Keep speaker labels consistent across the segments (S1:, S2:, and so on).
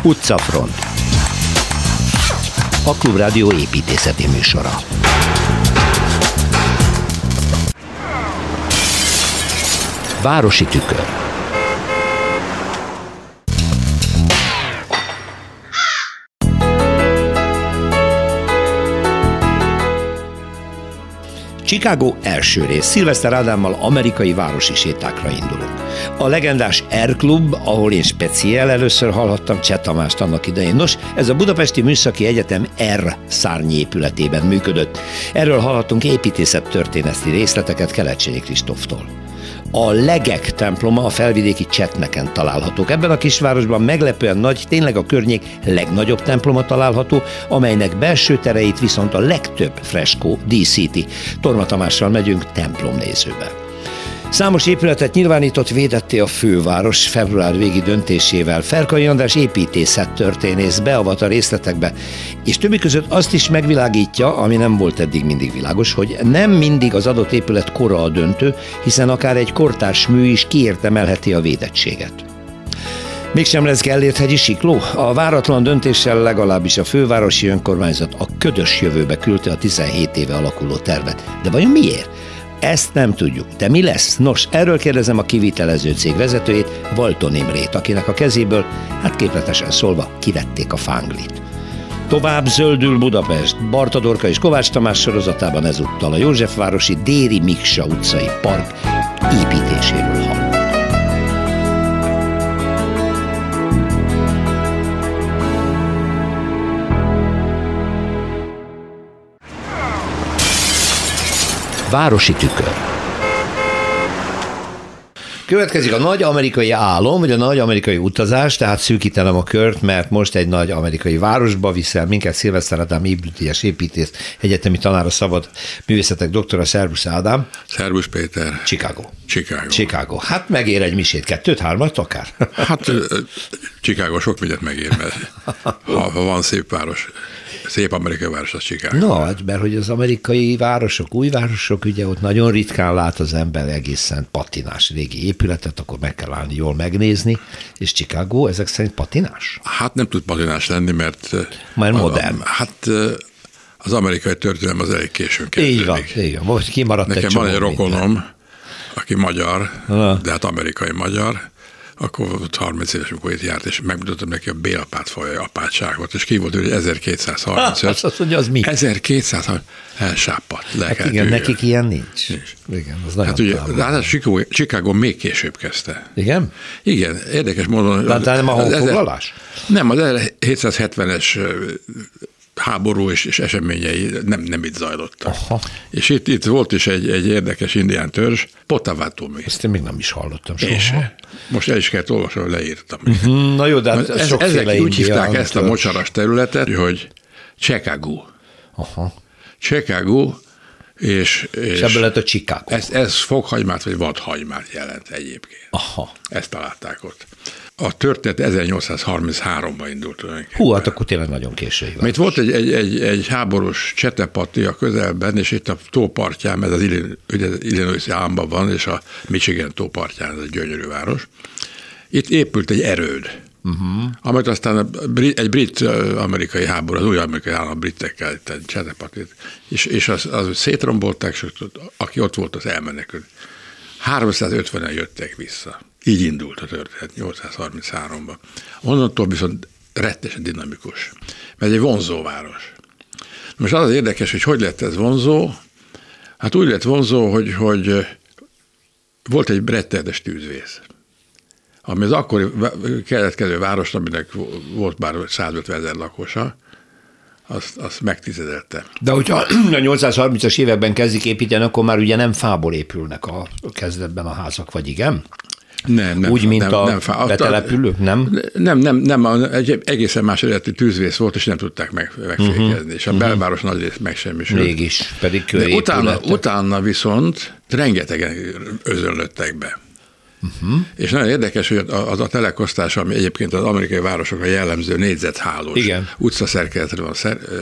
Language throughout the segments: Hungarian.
S1: Utcafront. A Klubrádió építészeti műsora. Városi tükör. Chicago első rész. Szilveszter Ádámmal amerikai városi sétákra indulunk. A legendás R-klub, ahol én speciál először hallhattam Cseh Tamást annak idején. Nos, ez a Budapesti Műszaki Egyetem R szárnyépületében működött. Erről hallhattunk építészettörténeti részleteket Kelecsényi Kristóftól. A Legek temploma a felvidéki Csetneken találhatók. Ebben a kisvárosban meglepően nagy, tényleg a környék legnagyobb temploma található, amelynek belső tereit viszont a legtöbb freskó díszíti. Torma Tamással megyünk templomnézőbe. Számos épületet nyilvánított, védetté a főváros február végi döntésével. Ferkai András építészettörténész beavat a részletekbe, és többek között azt is megvilágítja, ami nem volt eddig mindig világos, hogy nem mindig az adott épület kora a döntő, hiszen akár egy kortárs mű is kiérdemelheti a védettséget. Mégsem lesz Gellérthegyi sikló? A váratlan döntéssel legalábbis a fővárosi önkormányzat a ködös jövőbe küldte a 17 éve alakuló tervet. De vajon miért? Ezt nem tudjuk. De mi lesz? Nos, erről kérdezem a kivitelező cég vezetőjét, Walton Imrét, akinek a kezéből, képletesen szólva, kivették a fánglit. Tovább zöldül Budapest. Barta Dorka és Kovács Tamás sorozatában ezúttal a Józsefvárosi Déri Miksa utcai park építéséről hall. Városi tükör. Következik a nagy amerikai álom, vagy a nagy amerikai utazás, tehát szűkítenem a kört, mert most egy nagy amerikai városba viszel minket Szilveszter Ádám Ébüdíjas építész, egyetemi tanára, szabad művészetek doktora. Szervusz Ádám.
S2: Szervusz Péter.
S1: Chicago. Hát megér egy misét, 2-3 akár?
S2: Hát Chicago sok mindent megér, mert ha van szép város. Szép amerikai város, az Chicago.
S1: No, mert hogy az amerikai városok, új városok, ugye ott nagyon ritkán lát az ember egészen patinás régi épületet, akkor meg kell állni jól megnézni, és Chicago ezek szerint patinás?
S2: Hát nem tud patinás lenni, mert
S1: már modern.
S2: Az amerikai történelem az elég későn kezdődik.
S1: Így van. Most kimaradt
S2: nekem
S1: egy csomó.
S2: Van egy rokonom, aki magyar, de hát amerikai magyar, akkor volt 30 éves, amikor itt járt, és megmutattam neki a Bélapátfaj apátságot, és ki volt ő, hogy 1235.
S1: Azt mondja, az mi?
S2: 1230, elsápadt.
S1: Hát igen, nekik ilyen nincs. Igen, az nagyon
S2: hát Chicago még később kezdte.
S1: Igen?
S2: Igen, érdekes módon.
S1: De nem a honfoglalás?
S2: Nem, az 1770-es háború és eseményei nem itt zajlottak. Aha. És itt volt is egy érdekes indián törzs, Potawatomi.
S1: Ezt én még nem is hallottam soha. És
S2: most el is kellett olvasni, leírtam.
S1: Na jó, de hát
S2: ezek úgy hívták ezt a mocsaras területet, hogy Chicago.
S1: Aha.
S2: Chicago, és
S1: ebből lett a Chicago.
S2: Ez fokhagymát vagy vadhagymát jelent egyébként.
S1: Aha.
S2: Ezt találták ott. A történet 1833-ban indult tulajdonképpen.
S1: Hú, hát akkor tényleg nagyon késői van.
S2: Itt volt egy háborús csetepati a közelben, és itt a tópartján, ez az Illinois államban van, és a Michigan tópartján, ez egy gyönyörű város. Itt épült egy erőd, amit aztán egy brit-amerikai háború, az új amerikai állam a britekkel, egy csetepatit, és az szétrombolták, és aki ott volt, az elmenekült. 350-en jöttek vissza. Így indult a történet 833-ban. Onnantól viszont rettenesen dinamikus, mert egy vonzóváros. Most az érdekes, hogy lett ez vonzó? Hát úgy lett vonzó, hogy volt egy rettenetes tűzvész, ami az akkori keletkező város, aminek volt már 150 000 lakosa, azt megtizedelte.
S1: De hogyha a 830-as években kezdik építeni, akkor már ugye nem fából épülnek a kezdetben a házak, vagy igen?
S2: Nem.
S1: Úgy, mint a betelepülők, nem?
S2: Nem, egy egészen más eredetű tűzvész volt, és nem tudták megfékezni, és a belváros nagy rész megsemmisült.
S1: Mégis, pedig körépületek.
S2: Utána viszont rengetegen özönlöttek be. És nagyon érdekes, hogy az a telekosztás, ami egyébként az amerikai városokra jellemző négyzethálós utcaszerkezetre van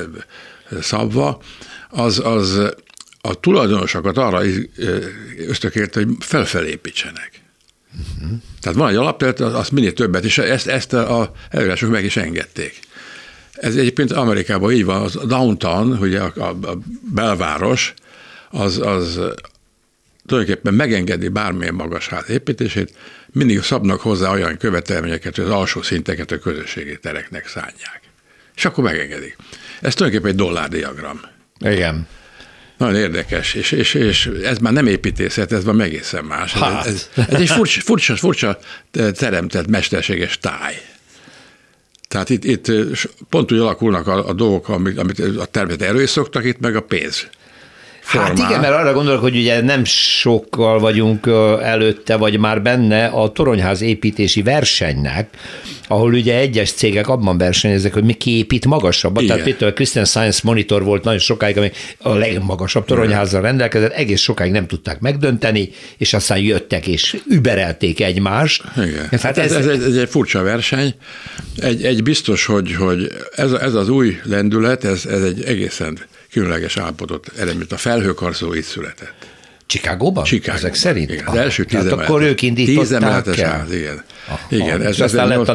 S2: szabva, az a tulajdonosokat arra ösztökélte, hogy felfelépítsenek. Tehát van egy alapterület, az minél többet, és ezt a előírások meg is engedték. Ez egyébként Amerikában így van, az downtown, ugye a belváros, az tulajdonképpen megengedi bármilyen magas ház építését, mindig szabnak hozzá olyan követelményeket, hogy az alsó szinteket a közösségi tereknek szánják. És akkor megengedik. Ez tulajdonképpen egy dollárdiagram.
S1: Igen.
S2: Nagyon érdekes, és ez már nem építészet, ez már egészen más. Ez egy furcsa teremtett mesterséges táj. Tehát itt pont úgy alakulnak a dolgok, amit a természet erőszoktak, itt meg a pénz.
S1: Hát igen, mert arra gondolok, hogy ugye nem sokkal vagyunk előtte, vagy már benne a toronyház építési versenynek, ahol ugye egyes cégek abban versenyeznek, hogy ki épít magasabbat. Igen. Tehát például a Christian Science Monitor volt nagyon sokáig, ami a legmagasabb toronyházzal rendelkezett, egész sokáig nem tudták megdönteni, és aztán jöttek és überelték egymást.
S2: Igen. Hát ez egy furcsa verseny. Egy biztos, hogy ez az új lendület, ez egy egészen különleges állapotot eredményt. A felhőkarcoló itt született.
S1: Chicagóban? Ezek szerint?
S2: Igen, az első 10
S1: emeletes. Akkor ők indították el?
S2: Ház, igen. Igen,
S1: ez aztán lett a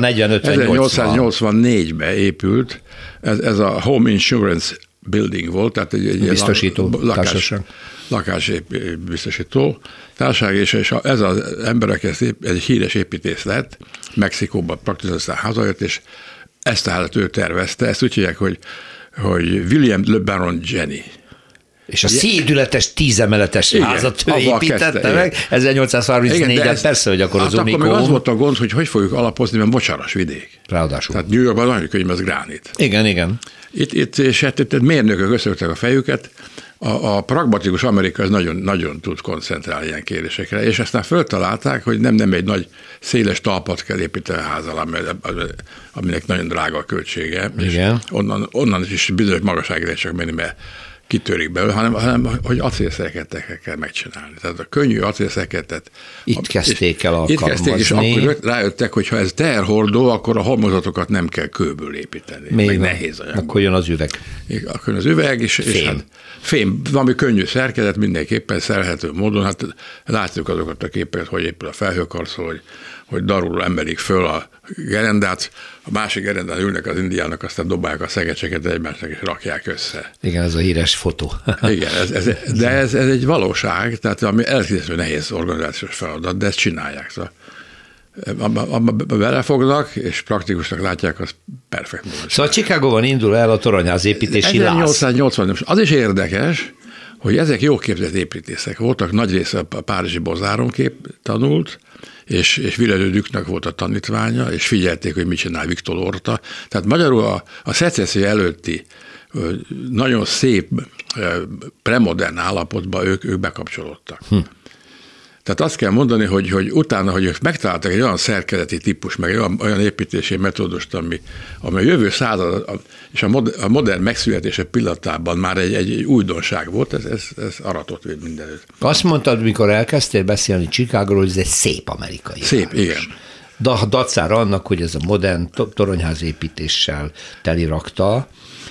S2: 1884-ben épült, ez a Home Insurance Building volt, tehát egy
S1: biztosító
S2: lakásbiztosító társaság, és ez az emberek, egy híres építész lett, Mexikóban praktikusan aztán hazajött, és ezt a házat ő tervezte, ezt úgy hívják, hogy William Le Baron Jenny.
S1: És a szédületes 10 emeletes házat ő építette meg, 1834-ben persze, hogy akkor az unikum.
S2: Akkor még az volt a gond, hogy fogjuk alapozni, mert mocsaras vidék.
S1: Ráadásul.
S2: Tehát New Yorkban nagyon könnyű, az gránit.
S1: Igen.
S2: Itt mérnökök összeöttek a fejüket, a pragmatikus Amerika az nagyon, nagyon tud koncentrálni ilyen kérdésekre, és aztán föltalálták, hogy nem egy nagy széles talpat kell építeni a házal, aminek nagyon drága a költsége,
S1: igen.
S2: És onnan is bizonyos magasságra csak menni, mert kitörik belőle, hanem hogy acélszerketekkel kell megcsinálni. Tehát a könnyű acélszerketet
S1: itt kezdték el alkalmazni.
S2: És akkor rájöttek, hogy ha ez teherhordó, akkor a homlokzatokat nem kell kőből építeni. Meg nehéz anyag.
S1: Akkor jön az üveg.
S2: Akkor jön az üveg, és hát fém, valami könnyű szerkezet, mindenképpen szerelhető módon. Hát látjuk azokat a képeket, hogy épül a felhőkarcoló, hogy darul emelik föl a gerendát, a másik gerendán ülnek az indiának, aztán dobálják a szegecseket egymásnak, és rakják össze.
S1: Igen, ez a híres fotó.
S2: Igen, de ez egy valóság, tehát ami elképesztő nehéz organizációs feladat, de ezt csinálják. Szóval, abba belefognak, és praktikusnak látják, az perfekt módon.
S1: Szóval Chicagóban indul el a toronyház építési láz.
S2: 1880. Az is érdekes, hogy ezek jó képzett építészek voltak, nagy része a párizsi Bozáron tanult, és Villedődüknek volt a tanítványa, és figyelték, hogy mit csinál Viktor Orta. Tehát magyarul a szecesszió előtti nagyon szép, premodern állapotban ők bekapcsolódtak. Tehát azt kell mondani, hogy utána, hogy ők megtaláltak egy olyan szerkezeti típus, meg olyan építési metódust, ami a jövő század és a modern megszületése pillanatában már egy újdonság volt, ez aratott mindenütt.
S1: Azt mondtad, mikor elkezdtél beszélni Chicagóról, hogy ez egy szép amerikai
S2: szép,
S1: város.
S2: Igen.
S1: Dacára annak, hogy ez a modern toronyház építéssel telirakta.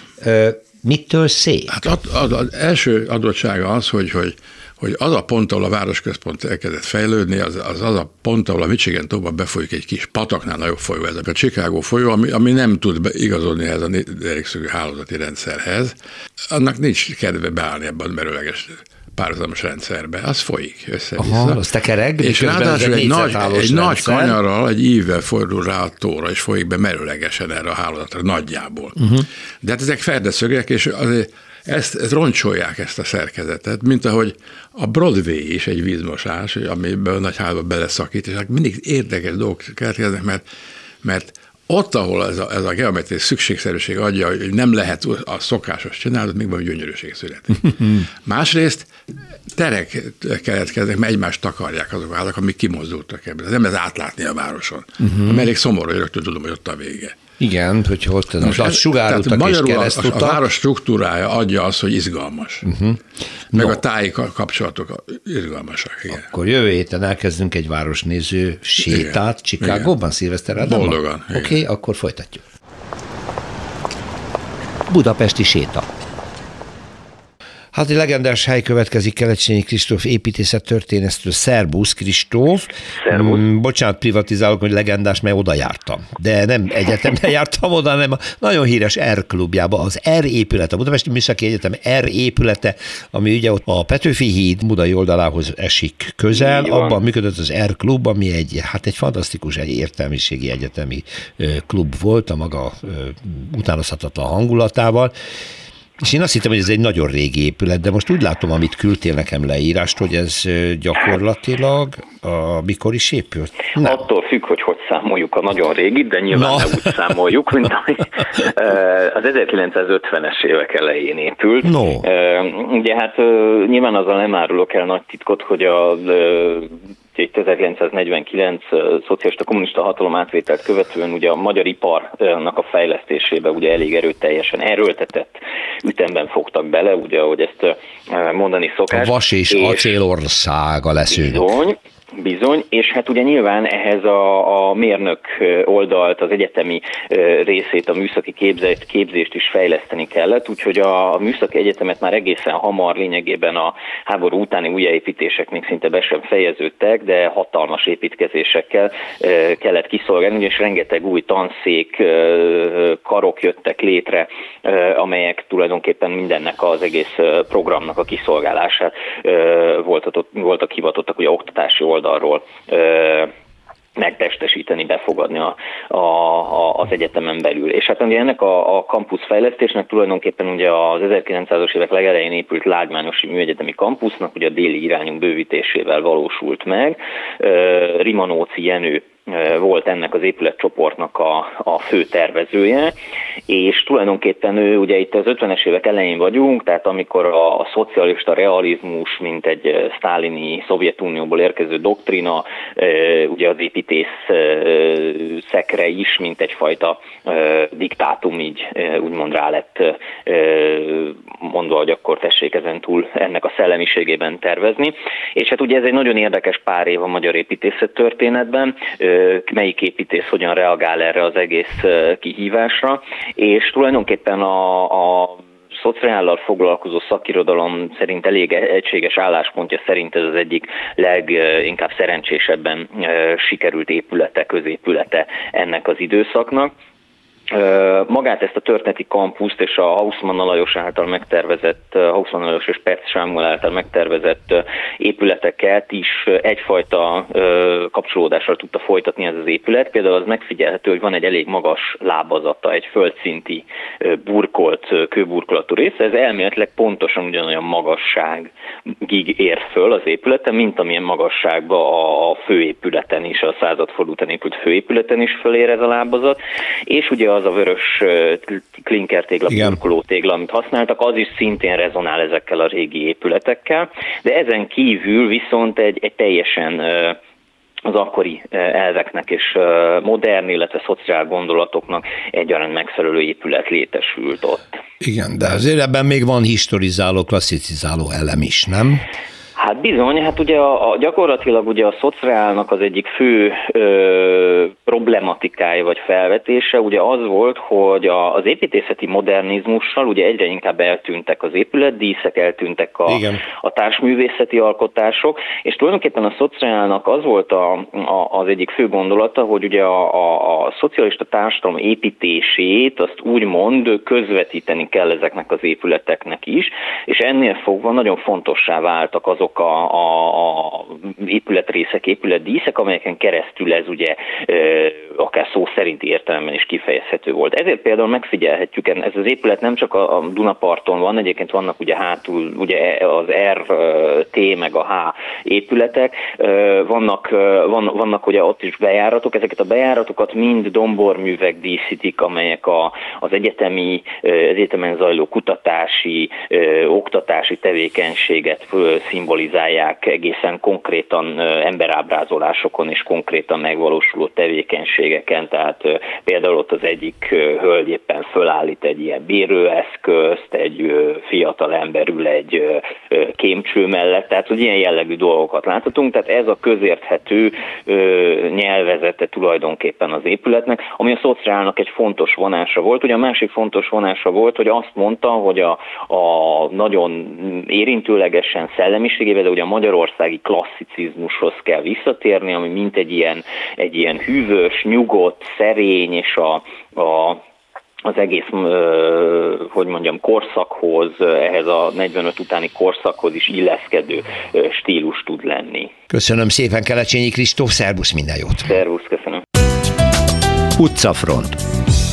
S1: Mitől szép?
S2: Hát az első adottsága az, hogy az a pont, ahol a városközpont elkezdett fejlődni, az a pont, ahol a Michigan tóban befolyik egy kis pataknál nagyobb folyó, ez a Chicago folyó, ami nem tud igazodni ehhez a derékszögű hálózati rendszerhez. Annak nincs kedve beállni ebben a merőleges párhuzamos rendszerbe. Az folyik össze-vissza.
S1: Az tekereg.
S2: És ráadásul egy nagy kanyarral, egy ívvel fordul rá a tóra, és folyik be merőlegesen erre a hálózatra nagyjából. De hát ezek ferdeszögek, és azért ezt roncsolják, ezt a szerkezetet, mint ahogy a Broadway is egy vízmosás, amiből nagy hálóba beleszakít, és mindig érdekes dolgok keletkeznek, mert ott, ahol ez a geometriai szükségszerűség adja, hogy nem lehet a szokásos csinálni, még valami gyönyörűség születik. Másrészt terek keletkeznek, mert egymást takarják azok állak, amik kimozdultak ebből. Ez nem ez átlátni a városon. Elég szomorú, hogy rögtön tudom, hogy ott a vége.
S1: Igen, hogyha ott a sugárutak és keresztutak.
S2: A város struktúrája adja azt, hogy izgalmas. Meg a táji kapcsolatok izgalmasak. Igen.
S1: Akkor jövő héten elkezdünk egy városnéző sétát Chicagóban, Szilveszter Ádámmal?
S2: Boldogan.
S1: Oké, akkor folytatjuk. Budapesti séta. Hát egy legendás hely következik, Kelecsényi Kristóf építészettörténésztől. Szerbusz, Kristóf. Bocsánat, privatizálok, hogy legendás, mert oda jártam. De nem egyetemre jártam oda, hanem a nagyon híres R klubjába. Az R épület, a Budapesti Műszaki Egyetem R épülete, ami ugye ott a Petőfi híd budai oldalához esik közel. Abban működött az R klub, ami egy fantasztikus, egy értelmiségi egyetemi klub volt a maga utánozhatatlan hangulatával. És én azt hittem, hogy ez egy nagyon régi épület, de most úgy látom, amit küldtél nekem leírást, hogy ez gyakorlatilag mikor is épült?
S3: Nem. Attól függ, hogy számoljuk a nagyon régit, de nyilván nem úgy számoljuk, mint az 1950-es évek elején épült. Ugye hát nyilván azzal nem árulok el nagy titkot, hogy a 1949 szocialista kommunista hatalom átvételt követően ugye a magyar iparnak a fejlesztésébe ugye elég erőteljesen erőltetett ütemben fogtak bele, ugye ahogy ezt mondani szokás.
S1: A vas és acélországa leszünk.
S3: Bizony, és hát ugye nyilván ehhez a mérnök oldalt, az egyetemi részét, a műszaki képzést is fejleszteni kellett, úgyhogy a műszaki egyetemet már egészen hamar lényegében a háború utáni újjáépítések még szinte be sem fejeződtek, de hatalmas építkezésekkel kellett kiszolgálni, és rengeteg új tanszék, karok jöttek létre, amelyek tulajdonképpen mindennek az egész programnak a kiszolgálását voltak hivatottak, ugye oktatási oldalról megtestesíteni, befogadni az egyetemen belül. És hát ugye ennek a kampusz fejlesztésnek tulajdonképpen ugye az 1900-as évek legelején épült Lágymányosi Műegyetemi Kampusznak ugye a déli irányú bővítésével valósult meg. Rimanóci Jenő volt ennek az épületcsoportnak a fő tervezője, és tulajdonképpen ő, ugye itt az 50-es évek elején vagyunk, tehát amikor a szocialista realizmus, mint egy sztálini Szovjetunióból érkező doktrina, ugye az építészekre is, mint egyfajta diktátum így úgymond rá lett mondva, hogy akkor tessék ezentúl ennek a szellemiségében tervezni. És hát ugye ez egy nagyon érdekes pár év a magyar építészet történetben, melyik építész hogyan reagál erre az egész kihívásra, és tulajdonképpen a szociállal foglalkozó szakirodalom szerint elég egységes álláspontja szerint ez az egyik leginkább szerencsésebben sikerült épülete, középülete ennek az időszaknak. Magát ezt a történeti kampuszt és a Hausmann Lajos által megtervezett, Hausmann Lajos és Perc Sámuel által megtervezett épületeket is egyfajta kapcsolódással tudta folytatni ez az épület. Például az megfigyelhető, hogy van egy elég magas lábazata, egy földszinti kőburkolatú része. Ez elméletileg pontosan ugyanolyan magasságig ér föl az épületen, mint amilyen magasságban a főépületen is, a századforduló után épült főépületen is fölér ez a lábazat. És ugye az a vörös klinkertégla, burkolótégla, amit használtak, az is szintén rezonál ezekkel a régi épületekkel, de ezen kívül viszont egy teljesen az akkori elveknek és modern, illetve szociál gondolatoknak egyaránt megfelelő épület létesült ott.
S1: Igen, de azért ebben még van historizáló, klasszicizáló elem is, nem?
S3: Hát bizony, hát ugye gyakorlatilag ugye a szociálnak az egyik fő problematikája vagy felvetése ugye az volt, hogy az építészeti modernizmussal ugye egyre inkább eltűntek az épületdíszek, eltűntek a társművészeti alkotások, és tulajdonképpen a szociálnak az volt az egyik fő gondolata, hogy ugye a szocialista társadalom építését azt úgymond közvetíteni kell ezeknek az épületeknek is, és ennél fogva nagyon fontossá váltak azok a épületrészek, épületdíszek, amelyeken keresztül ez ugye akár szó szerinti értelemben is kifejezhető volt. Ezért például megfigyelhetjük, ez az épület nem csak a Dunaparton van, egyébként vannak ugye hátul ugye az RT meg a H épületek, vannak ugye ott is bejáratok, ezeket a bejáratokat mind domborművek díszítik, amelyek az egyetemen zajló kutatási, oktatási tevékenységet szimbolizálják. vizualizálják egészen konkrétan emberábrázolásokon és konkrétan megvalósuló tevékenységeken, tehát például ott az egyik hölgy éppen fölállít egy ilyen bérőeszközt, egy fiatal ember ül egy kémcső mellett, tehát hogy ilyen jellegű dolgokat láthatunk, tehát ez a közérthető nyelvezete tulajdonképpen az épületnek, ami a szociálnak egy fontos vonása volt. Ugye a másik fontos vonása volt, hogy azt mondta, hogy a nagyon érintőlegesen szellemiségével, de ugye a magyarországi klasszicizmushoz kell visszatérni, ami mint egy ilyen hűvös, nyugodt, szerény, és az egész, korszakhoz, ehhez a 45 utáni korszakhoz is illeszkedő stílus tud lenni.
S1: Köszönöm szépen, Kelecsényi Kristóf, szervusz, minden jót!
S3: Szervusz, köszönöm!
S1: Utcafront.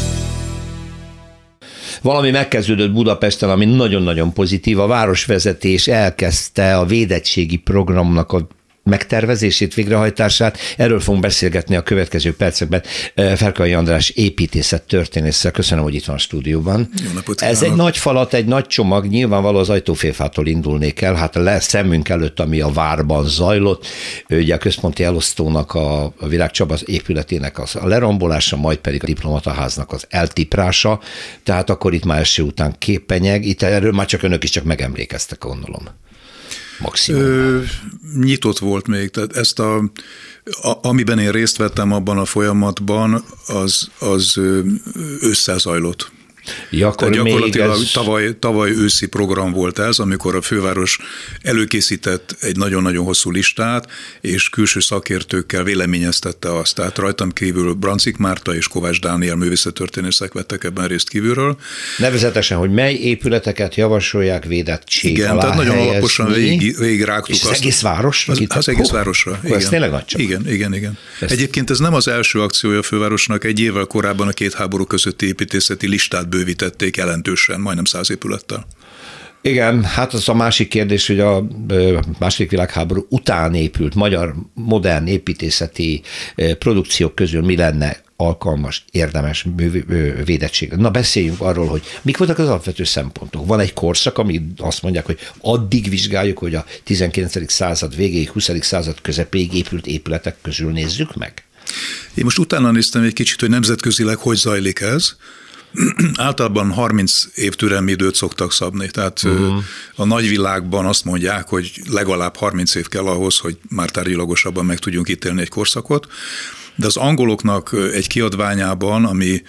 S1: Valami megkezdődött Budapesten, ami nagyon-nagyon pozitív. A városvezetés elkezdte a védettségi programnak a megtervezését, végrehajtását. Erről fogunk beszélgetni a következő percekben Ferkai András építészettörténésszel. Köszönöm, hogy itt van a stúdióban.
S4: Jó napot
S1: Ez egy nagy falat, egy nagy csomag, nyilvánvaló az Ajtófélfától indulnék el, hát szemünk előtt, ami a várban zajlott, ugye a központi elosztónak, a Virág Csaba épületének a lerombolása, majd pedig a Diplomataháznak az eltiprása, tehát akkor itt már első után képenyeg, itt erről már csak önök is csak megemlékeztek, gondolom. Maximum.
S4: Nyitott volt még, tehát amiben én részt vettem abban a folyamatban, az ősszel zajlott.
S1: Ja, akkor
S4: gyakorlatilag tavaly őszi program volt ez, amikor a főváros előkészített egy nagyon-nagyon hosszú listát, és külső szakértőkkel véleményeztette azt. Tehát rajtam kívül Brancik Márta és Kovács Dániel művészettörténészek vettek ebben részt kívülről.
S1: Nevezetesen, hogy mely épületeket javasolják védettség
S4: igen,
S1: alá
S4: tehát nagyon
S1: helyezni.
S4: Alaposan végigrágtuk
S1: azt. És az egész városra?
S4: Az egész városra. Igen.
S1: Ez tényleg nagy csomag.
S4: Igen. Egyébként ez nem az első akciója a fővárosnak, egy évvel korábban a két háború közötti építészeti listát bővítették jelentősen, majdnem 100 épülettel.
S1: Igen, hát az a másik kérdés, hogy a második világháború után épült magyar modern építészeti produkciók közül mi lenne alkalmas, érdemes védettségre. Na, beszéljünk arról, hogy mik voltak az alapvető szempontok. Van egy korszak, ami azt mondják, hogy addig vizsgáljuk, hogy a 19. század végéig, 20. század közepéig épült épületek közül nézzük meg?
S4: Én most utána néztem egy kicsit, hogy nemzetközileg hogy zajlik ez. Általában 30 év türelmi időt szoktak szabni, tehát a nagyvilágban azt mondják, hogy legalább 30 év kell ahhoz, hogy már tárgyilagosabban meg tudjunk ítélni egy korszakot, de az angoloknak egy kiadványában, ami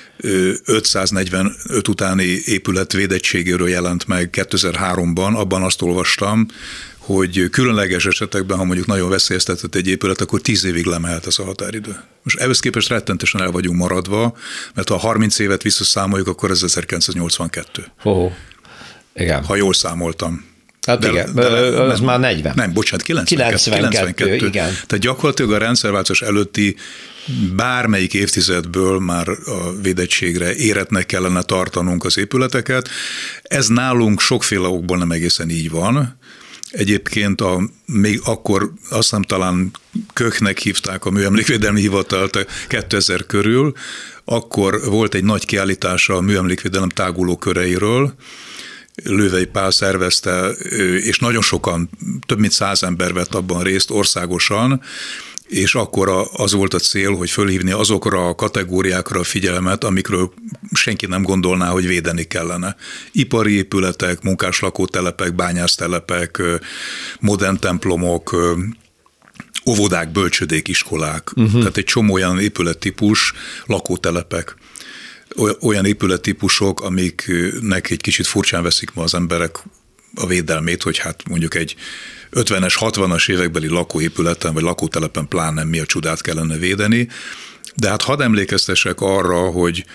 S4: 545 utáni épület védettségéről jelent meg 2003-ban, abban azt olvastam, hogy különleges esetekben, ha mondjuk nagyon veszélyeztetett egy épület, akkor 10 évig lemehet ez a határidő. Most ehhez képest rettentesen el vagyunk maradva, mert ha 30 évet visszaszámoljuk, akkor ez 1982.
S1: Igen.
S4: Ha jól számoltam.
S1: Hát de, igen, az már 40.
S4: Nem, bocsánat, 92.
S1: Igen.
S4: Tehát gyakorlatilag a rendszerváltás előtti bármelyik évtizedből már a védettségre éretnek kellene tartanunk az épületeket. Ez nálunk sokféle okból nem egészen így van. Egyébként még akkor azt hiszem talán Köknek hívták a Műemlékvédelmi Hivatalt 2000 körül, akkor volt egy nagy kiállítása a műemlékvédelem táguló köreiről, Lővei Pál szervezte, és nagyon sokan, több mint 100 ember vett abban részt országosan, és akkor az volt a cél, hogy fölhívni azokra a kategóriákra a figyelmet, amikről senki nem gondolná, hogy védeni kellene. Ipari épületek, munkáslakótelepek, bányásztelepek, modern templomok, óvodák, bölcsödék, iskolák. Tehát egy csomó olyan épülettípus, lakótelepek. Olyan épülettípusok, amiknek egy kicsit furcsán veszik ma az emberek a védelmét, hogy hát mondjuk egy 50-es, 60-as évekbeli lakóépületen vagy lakótelepen pláne mi a csodát kellene védeni, de hát hadd emlékeztessek arra, hogy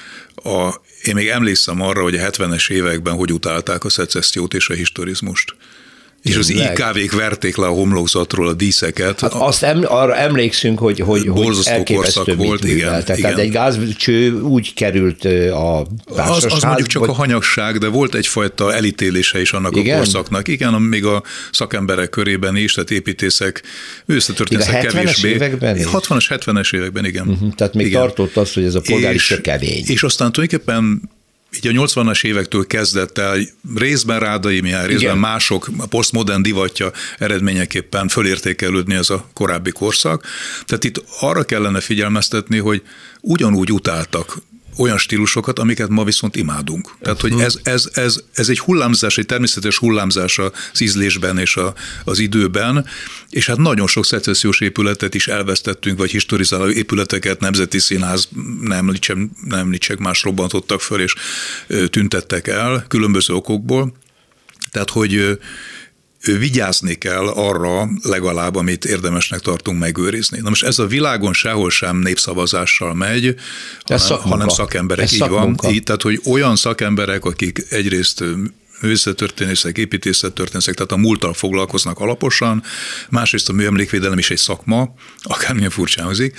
S4: én még emlékszem arra, hogy a 70-es években hogy utálták a szecessziót és a historizmust. És az IKV-k verték le a homlokzatról a díszeket.
S1: Hát arra emlékszünk, hogy elképesztő volt, igen. Tehát egy gázcső úgy került a társasházba.
S4: Az mondjuk csak a hanyagság, de volt egyfajta elítélése is annak a korszaknak. Igen, még a szakemberek körében is, tehát építészek, művészettörténészek kevésbé. 60-as, 70-es években, igen.
S1: Tehát még tartott az, hogy ez a polgári kevés.
S4: És aztán tulajdonképpen így a 80-as évektől kezdett el részben Rádai Mihály, részben mások, a posztmodern divatja eredményeképpen fölértékelődni ez a korábbi korszak. Tehát itt arra kellene figyelmeztetni, hogy ugyanúgy utáltak olyan stílusokat, amiket ma viszont imádunk. Tehát, hogy ez egy hullámzás, egy természetes hullámzás az ízlésben és az időben, és hát nagyon sok szecessziós épületet is elvesztettünk, vagy historizáló épületeket, Nemzeti Színház, nem említsek, más robbantottak föl, és tüntettek el különböző okokból. Tehát, hogy vigyázni kell arra legalább, amit érdemesnek tartunk megőrizni. Na most ez a világon sehol sem népszavazással megy, hanem szakemberek, így van. Így, tehát, hogy olyan szakemberek, akik egyrészt művészettörténészek, építészettörténészek, tehát a múlttal foglalkoznak alaposan, másrészt a műemlékvédelem is egy szakma, akármilyen furcsán hangzik.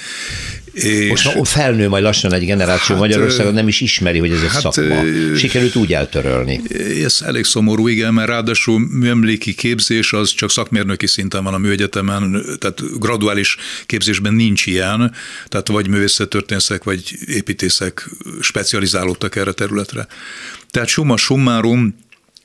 S1: Most felnő majd lassan egy generáció, Magyarországon nem is ismeri, hogy ez egy szakma. Sikerült úgy eltörölni.
S4: Ez elég szomorú, igen, mert ráadásul műemléki képzés az csak szakmérnöki szinten van a műegyetemen, tehát graduális képzésben nincs ilyen, tehát vagy művészettörténészek, vagy építészek specializálódtak erre a területre. Tehát summa summarum,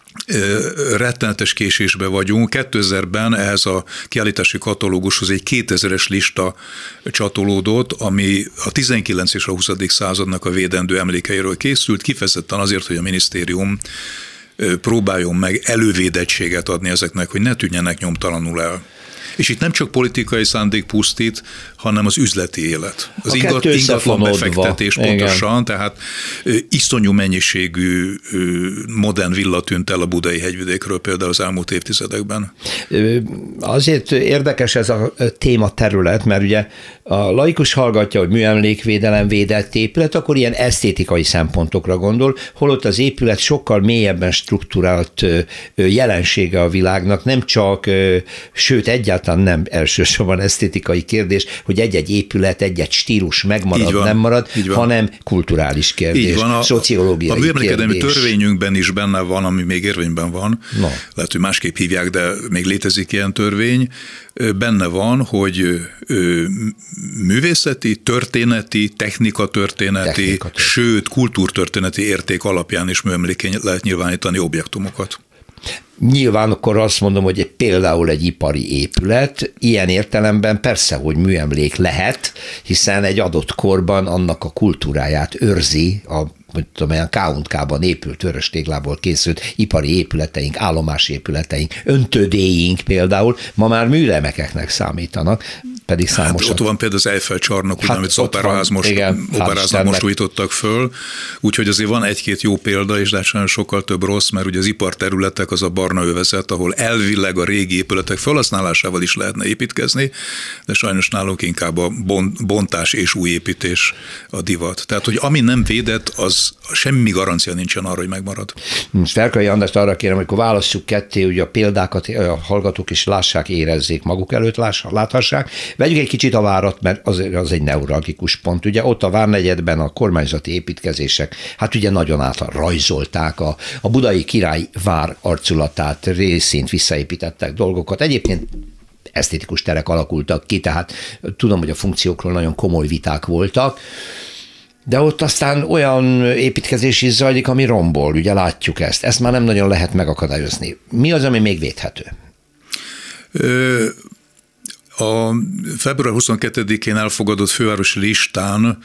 S4: rettenetes késésbe vagyunk. 2000-ben ehhez a kiállítási katalógushoz egy 2000-es lista csatolódott, ami a 19. és a 20. századnak a védendő emlékeiről készült, kifejezetten azért, hogy a minisztérium próbáljon meg elővédettséget adni ezeknek, hogy ne tűnjenek nyomtalanul el. És itt nem csak politikai szándék pusztít, hanem az üzleti élet. Az ingatlan befektetés pontosan, tehát iszonyú mennyiségű modern villa tűnt el a budai hegyvidékről például az elmúlt évtizedekben.
S1: Azért érdekes ez a téma terület, mert ugye a laikus hallgatja, hogy műemlékvédelem, védett épület, akkor ilyen esztétikai szempontokra gondol, holott az épület sokkal mélyebben strukturált jelensége a világnak, nem csak, sőt egyáltalán nem elsősorban esztétikai kérdés, hogy egy-egy épület, egy-egy stílus megmarad, van, nem marad, hanem kulturális kérdés, szociológiai kérdés. A
S4: műemlékedelmi törvényünkben is benne van, ami még érvényben van, lehet, hogy másképp hívják, de még létezik ilyen törvény, benne van, hogy művészeti, történeti, technikatörténeti, sőt kultúrtörténeti érték alapján is műemlékén lehet nyilvánítani objektumokat.
S1: Nyilván akkor azt mondom, hogy például egy ipari épület ilyen értelemben persze, hogy műemlék lehet, hiszen egy adott korban annak a kultúráját őrzi olyan K&K-ban épült vörös téglából készült ipari épületeink, állomásépületeink, öntődéink például ma már műremekeknek számítanak, pedig számos.
S4: Ott van például az Eiffel csarnok, amit az operáznak most újítottak föl, úgyhogy azért van egy-két jó példa, és de sajnos sokkal több rossz, mert ugye az iparterületek az a barna övezet, ahol elvileg a régi épületek felhasználásával is lehetne építkezni, de sajnos nálunk inkább a bontás és új építés a divat. Tehát, hogy ami nem védett, az semmi garancia nincsen arra, hogy megmarad.
S1: Most Ferkai Andrást arra kérem, hogy akkor válasszuk ketté, hogy a példákat a hallgatók is lássák, érezzék maguk előtt, láthassák. Vegyük egy kicsit a Várat, mert az egy neuralgikus pont. Ugye ott a Várnegyedben a kormányzati építkezések, hát ugye nagyon átrajzolták a budai király vár arculatát, részint visszaépítettek dolgokat. Egyébként esztétikus terek alakultak ki, tehát tudom, hogy a funkciókról nagyon komoly viták voltak, de ott aztán olyan építkezés is zajlik, ami rombol, ugye látjuk ezt. Ezt már nem nagyon lehet megakadályozni. Mi az, ami még védhető?
S4: A február 22-én elfogadott fővárosi listán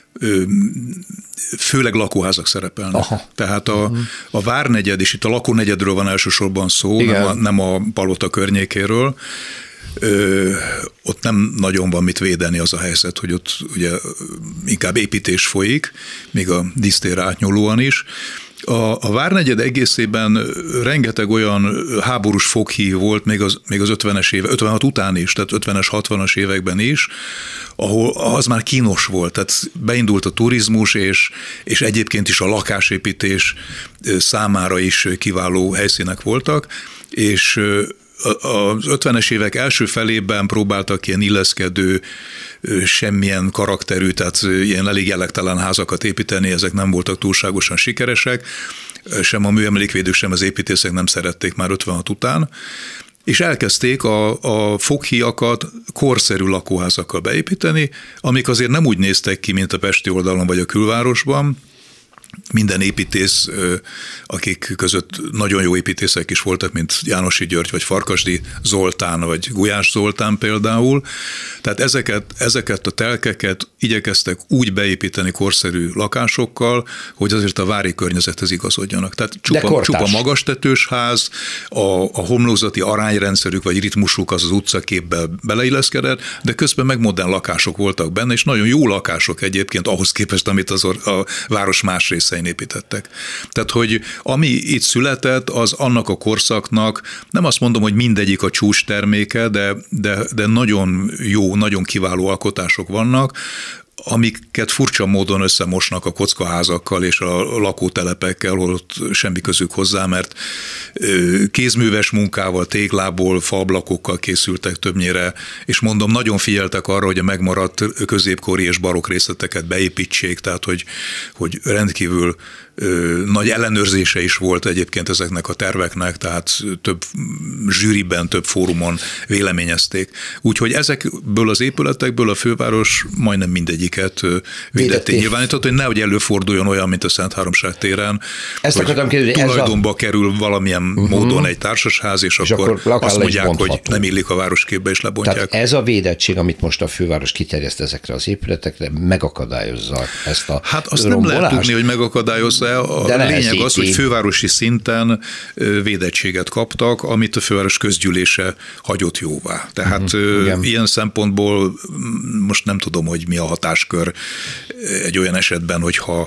S4: főleg lakóházak szerepelnek. Aha. Tehát a Várnegyed, és itt a lakónegyedről van elsősorban szó, nem a Palota környékéről, ott nem nagyon van mit védeni, az a helyzet, hogy ott ugye inkább építés folyik, még a dísztérre átnyúlóan is. A Várnegyed egészében rengeteg olyan háborús foghív volt még az 50-es évek, 56 után is, tehát 50-es, 60-as években is, ahol az már kínos volt, tehát beindult a turizmus, és egyébként is a lakásépítés számára is kiváló helyszínek voltak, és az 50-es évek első felében próbáltak ilyen illeszkedő, semmilyen karakterű, tehát ilyen elég jellegtelen házakat építeni, ezek nem voltak túlságosan sikeresek, sem a műemlékvédők, sem az építészek nem szerették már 56 után, és elkezdték a foghíjakat korszerű lakóházakkal beépíteni, amik azért nem úgy néztek ki, mint a pesti oldalon vagy a külvárosban, minden építész, akik között nagyon jó építészek is voltak, mint Jánosi György, vagy Farkasdi Zoltán, vagy Gulyás Zoltán például. Tehát ezeket a telkeket igyekeztek úgy beépíteni korszerű lakásokkal, hogy azért a vári környezethez igazodjanak. Tehát csupa magastetős ház, a homlokzati arányrendszerük vagy ritmusuk az utcaképbe beleilleszkedett, de közben meg modern lakások voltak benne, és nagyon jó lakások egyébként ahhoz képest, amit a város más részein építettek. Tehát, hogy ami itt született, az annak a korszaknak, nem azt mondom, hogy mindegyik a csúcs terméke, de nagyon jó, nagyon kiváló alkotások vannak, amiket furcsa módon összemosnak a kockaházakkal és a lakótelepekkel, holott semmi közük hozzá, mert kézműves munkával, téglából, faablakokkal készültek többnyire, és mondom, nagyon figyeltek arra, hogy a megmaradt középkori és barokk részleteket beépítsék, tehát hogy rendkívül nagy ellenőrzése is volt egyébként ezeknek a terveknek, tehát több zsűriben, több fórumon véleményezték. Úgyhogy ezekből az épületekből a főváros majdnem mindegyiket védetté nyilvánított, hogy nehogy előforduljon olyan, mint a Szentháromság téren,
S1: ezt akartam kérdezni,
S4: tulajdonba kerül valamilyen módon egy társasház, és akkor azt mondják, hogy nem illik a városképbe, és lebontják.
S1: Tehát ez a védettség, amit most a főváros kiterjeszt ezekre az épületekre, megakadályozza ezt a
S4: Hát azt nem lehet tudni, hogy megakadályozza. A lényeg az, hogy fővárosi szinten védettséget kaptak, amit a főváros közgyűlése hagyott jóvá. Tehát ilyen szempontból most nem tudom, hogy mi a hatáskör egy olyan esetben, hogyha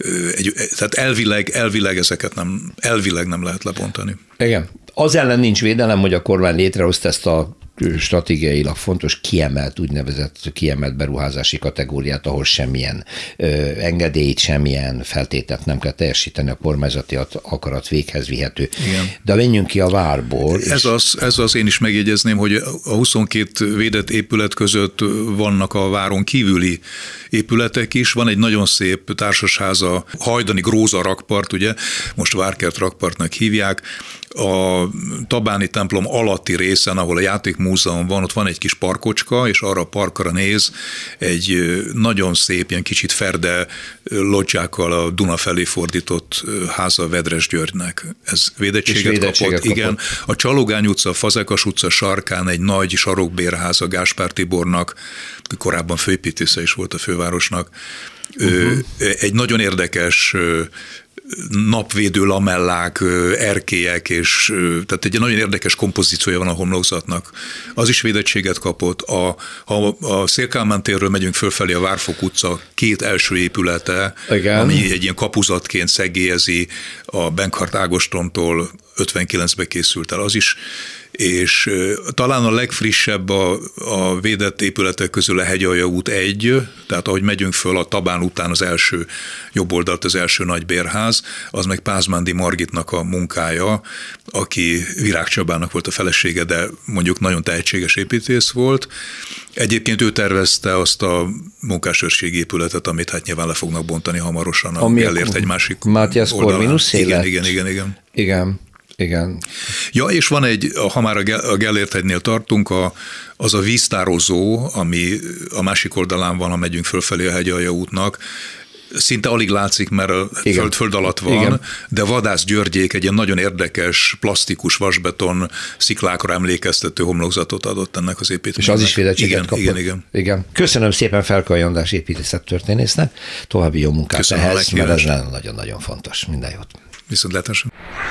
S4: tehát elvileg ezeket nem lehet lebontani.
S1: Igen. Az ellen nincs védelem, hogy a kormány létrehozta ezt a stratégiailag fontos úgynevezett kiemelt beruházási kategóriát, ahol semmilyen engedélyt, semmilyen feltételt nem kell teljesíteni, a kormányzati akarat véghez vihető. Igen. De menjünk ki a várból.
S4: Ez az, én is megjegyezném, hogy a 22 védett épület között vannak a váron kívüli épületek is. Van egy nagyon szép társasháza, Hajdani Gróza rakpart, ugye, most Várkert rakpartnak hívják, a Tabáni templom alatti részen, ahol a játékmúzeum van, ott van egy kis parkocska, és arra a parkra néz egy nagyon szép, ilyen kicsit ferde lodzsákkal a Duna felé fordított háza Vedres Györgynek. Ez védettséget kapott. Igen. A Csalogány utca, Fazekas utca sarkán egy nagy sarokbérháza Gáspár Tibornak, korábban főépítésze is volt a fővárosnak. Egy nagyon érdekes napvédő lamellák, erkélyek, és tehát egy nagyon érdekes kompozíciója van a homlokzatnak. Az is védettséget kapott. Ha a Szél-Kálmán térről megyünk fölfelé, a Várfok utca két első épülete, igen, ami egy ilyen kapuzatként szegélyezi a Benkhart Ágostontól 59-be készült el, az is, és talán a legfrissebb a védett épületek közül a Hegyalja út 1, tehát ahogy megyünk föl a Tabán után az első jobb oldalt, az első nagy bérház, az meg Pázmándi Margitnak a munkája, aki Virág Csabának volt a felesége, de mondjuk nagyon tehetséges építész volt. Egyébként ő tervezte azt a munkásőrségi épületet, amit hát nyilván le fognak bontani hamarosan, ami elért egy másik
S1: Mátyás Corvinus élet?
S4: Igen.
S1: Igen.
S4: Ja, és van ha már a Gellért-hegynél tartunk, az a víztározó, ami a másik oldalán van, ha megyünk fölfelé a Hegyalja útnak, szinte alig látszik, mert a föld alatt van, igen, de Vadász Györgyék egy ilyen nagyon érdekes, plastikus vasbeton sziklákra emlékeztető homlokzatot adott ennek az építménynek.
S1: És az is védettséget kapott. Igen. Köszönöm szépen Felkai András építészettörténésznek, további jó munkát ehhez, mert ez nagyon-nagyon fontos. Minden jót.
S4: Viszontlátásra.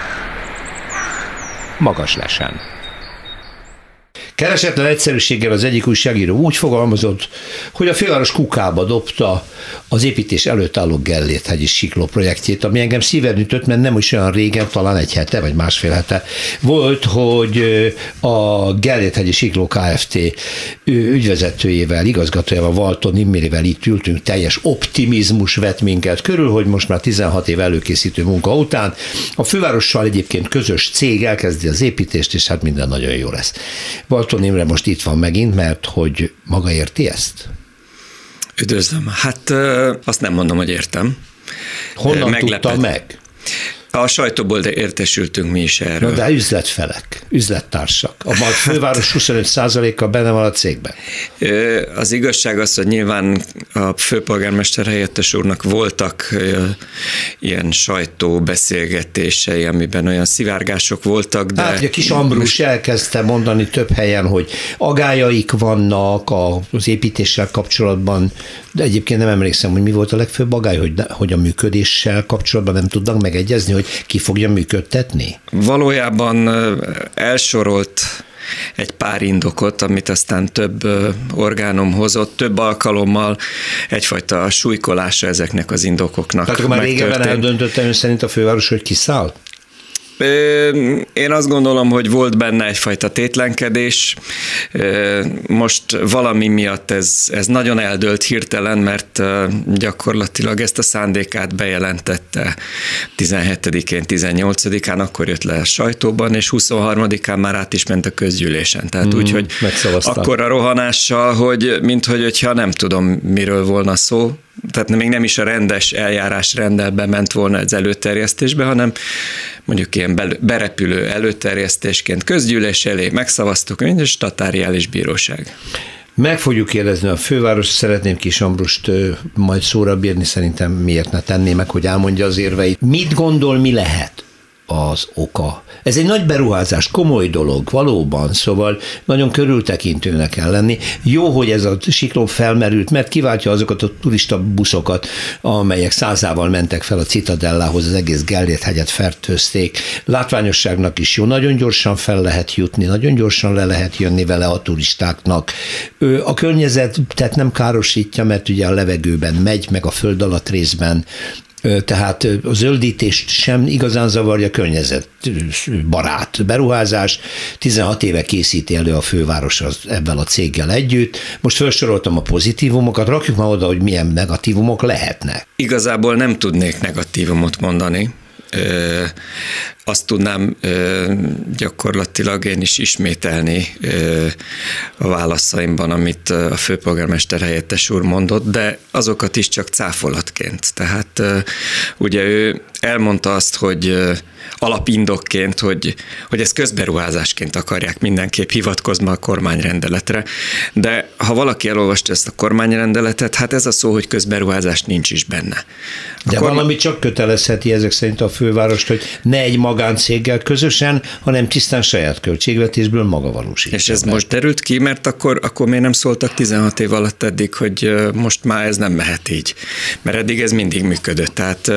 S1: Magas lesen. Keresetlen egyszerűséggel az egyik újságíró úgy fogalmazott, hogy a főváros kukába dobta az építés előtt álló Gellért-hegyi sikló projektjét, ami engem szíven ütött, mert nem is olyan régen, talán egy hete vagy másfél hete volt, hogy a Gellért-hegyi sikló Kft. Ügyvezetőjével, igazgatójával, Walton Immérivel itt ültünk, teljes optimizmus vett minket körül, hogy most már 16 év előkészítő munka után a fővárossal egyébként közös cég elkezdi az építést, és hát minden nagyon jó lesz. Walton Imre most itt van megint, mert hogy maga érti ezt?
S5: Üdvözlöm. Hát azt nem mondom, hogy értem.
S1: Honnan tudta meg?
S5: A sajtóból értesültünk mi is erről.
S1: Na, de üzletfelek, üzlettársak. A főváros 25%-kal benne van a cégben.
S5: Az igazság az, hogy nyilván a főpolgármester helyettes úrnak voltak ilyen sajtóbeszélgetései, amiben olyan szivárgások voltak, de...
S1: Hát, a Kis Ambrus elkezdte mondani több helyen, hogy agályaik vannak az építéssel kapcsolatban, de egyébként nem emlékszem, hogy mi volt a legfőbb agály, hogy a működéssel kapcsolatban nem tudnak megegyezni, hogy ki fogja működtetni?
S5: Valójában elsorolt egy pár indokot, amit aztán több orgánum hozott, több alkalommal egyfajta súlykolása ezeknek az indokoknak.
S1: Tehát akkor már régebben eldöntötte ön szerint a főváros, hogy kiszáll?
S5: Én azt gondolom, hogy volt benne egyfajta tétlenkedés. Most valami miatt ez nagyon eldőlt hirtelen, mert gyakorlatilag ezt a szándékát bejelentette 17-én, 18-án, akkor jött le a sajtóban, és 23-án már át is ment a közgyűlésen. Tehát úgyhogy akkor a rohanással, hogy minthogyha nem tudom, miről volna szó, tehát még nem is a rendes eljárás rendelbe ment volna ez előterjesztésbe, hanem mondjuk ilyen berepülő előterjesztésként közgyűlés elé megszavaztuk, mint egy statáriális bíróság.
S1: Meg fogjuk kérdezni a főváros, szeretném Kis Ambrust majd szóra bírni, szerintem miért ne tenné meg, hogy elmondja az érveit. Mit gondol, mi lehet az oka? Ez egy nagy beruházás, komoly dolog, valóban, szóval nagyon körültekintőnek kell lenni. Jó, hogy ez a sikló felmerült, mert kiváltja azokat a turista buszokat, amelyek 100-ával mentek fel a Citadellához, az egész Gellért-hegyet fertőzték. Látványosságnak is jó, nagyon gyorsan fel lehet jutni, nagyon gyorsan le lehet jönni vele a turistáknak. A környezetet nem károsítja, mert ugye a levegőben megy, meg a föld alatt részben, tehát a zöldítést sem igazán zavarja, környezetbarát beruházás. 16 éve készíti elő a főváros ebben a céggel együtt. Most felsoroltam a pozitívumokat, rakjuk már oda, hogy milyen negatívumok lehetnek.
S5: Igazából nem tudnék negatívumot mondani. Azt tudnám gyakorlatilag én is ismételni a válaszaimban, amit a főpolgármester helyettes úr mondott, de azokat is csak cáfolatként. Tehát ugye ő elmondta azt, hogy alapindokként, hogy ezt közberuházásként akarják mindenképp, hivatkozva a kormányrendeletre, de ha valaki elolvasta ezt a kormányrendeletet, hát ez a szó, hogy közberuházás nincs is benne.
S1: De valami csak kötelezheti ezek szerint a fővárost, hogy ne egy magáncéggel közösen, hanem tisztán saját költségvetésből maga valósítja.
S5: És ez most derült ki, mert akkor miért nem szóltak 16 év alatt eddig, hogy most már ez nem mehet így, mert eddig ez mindig működött. Tehát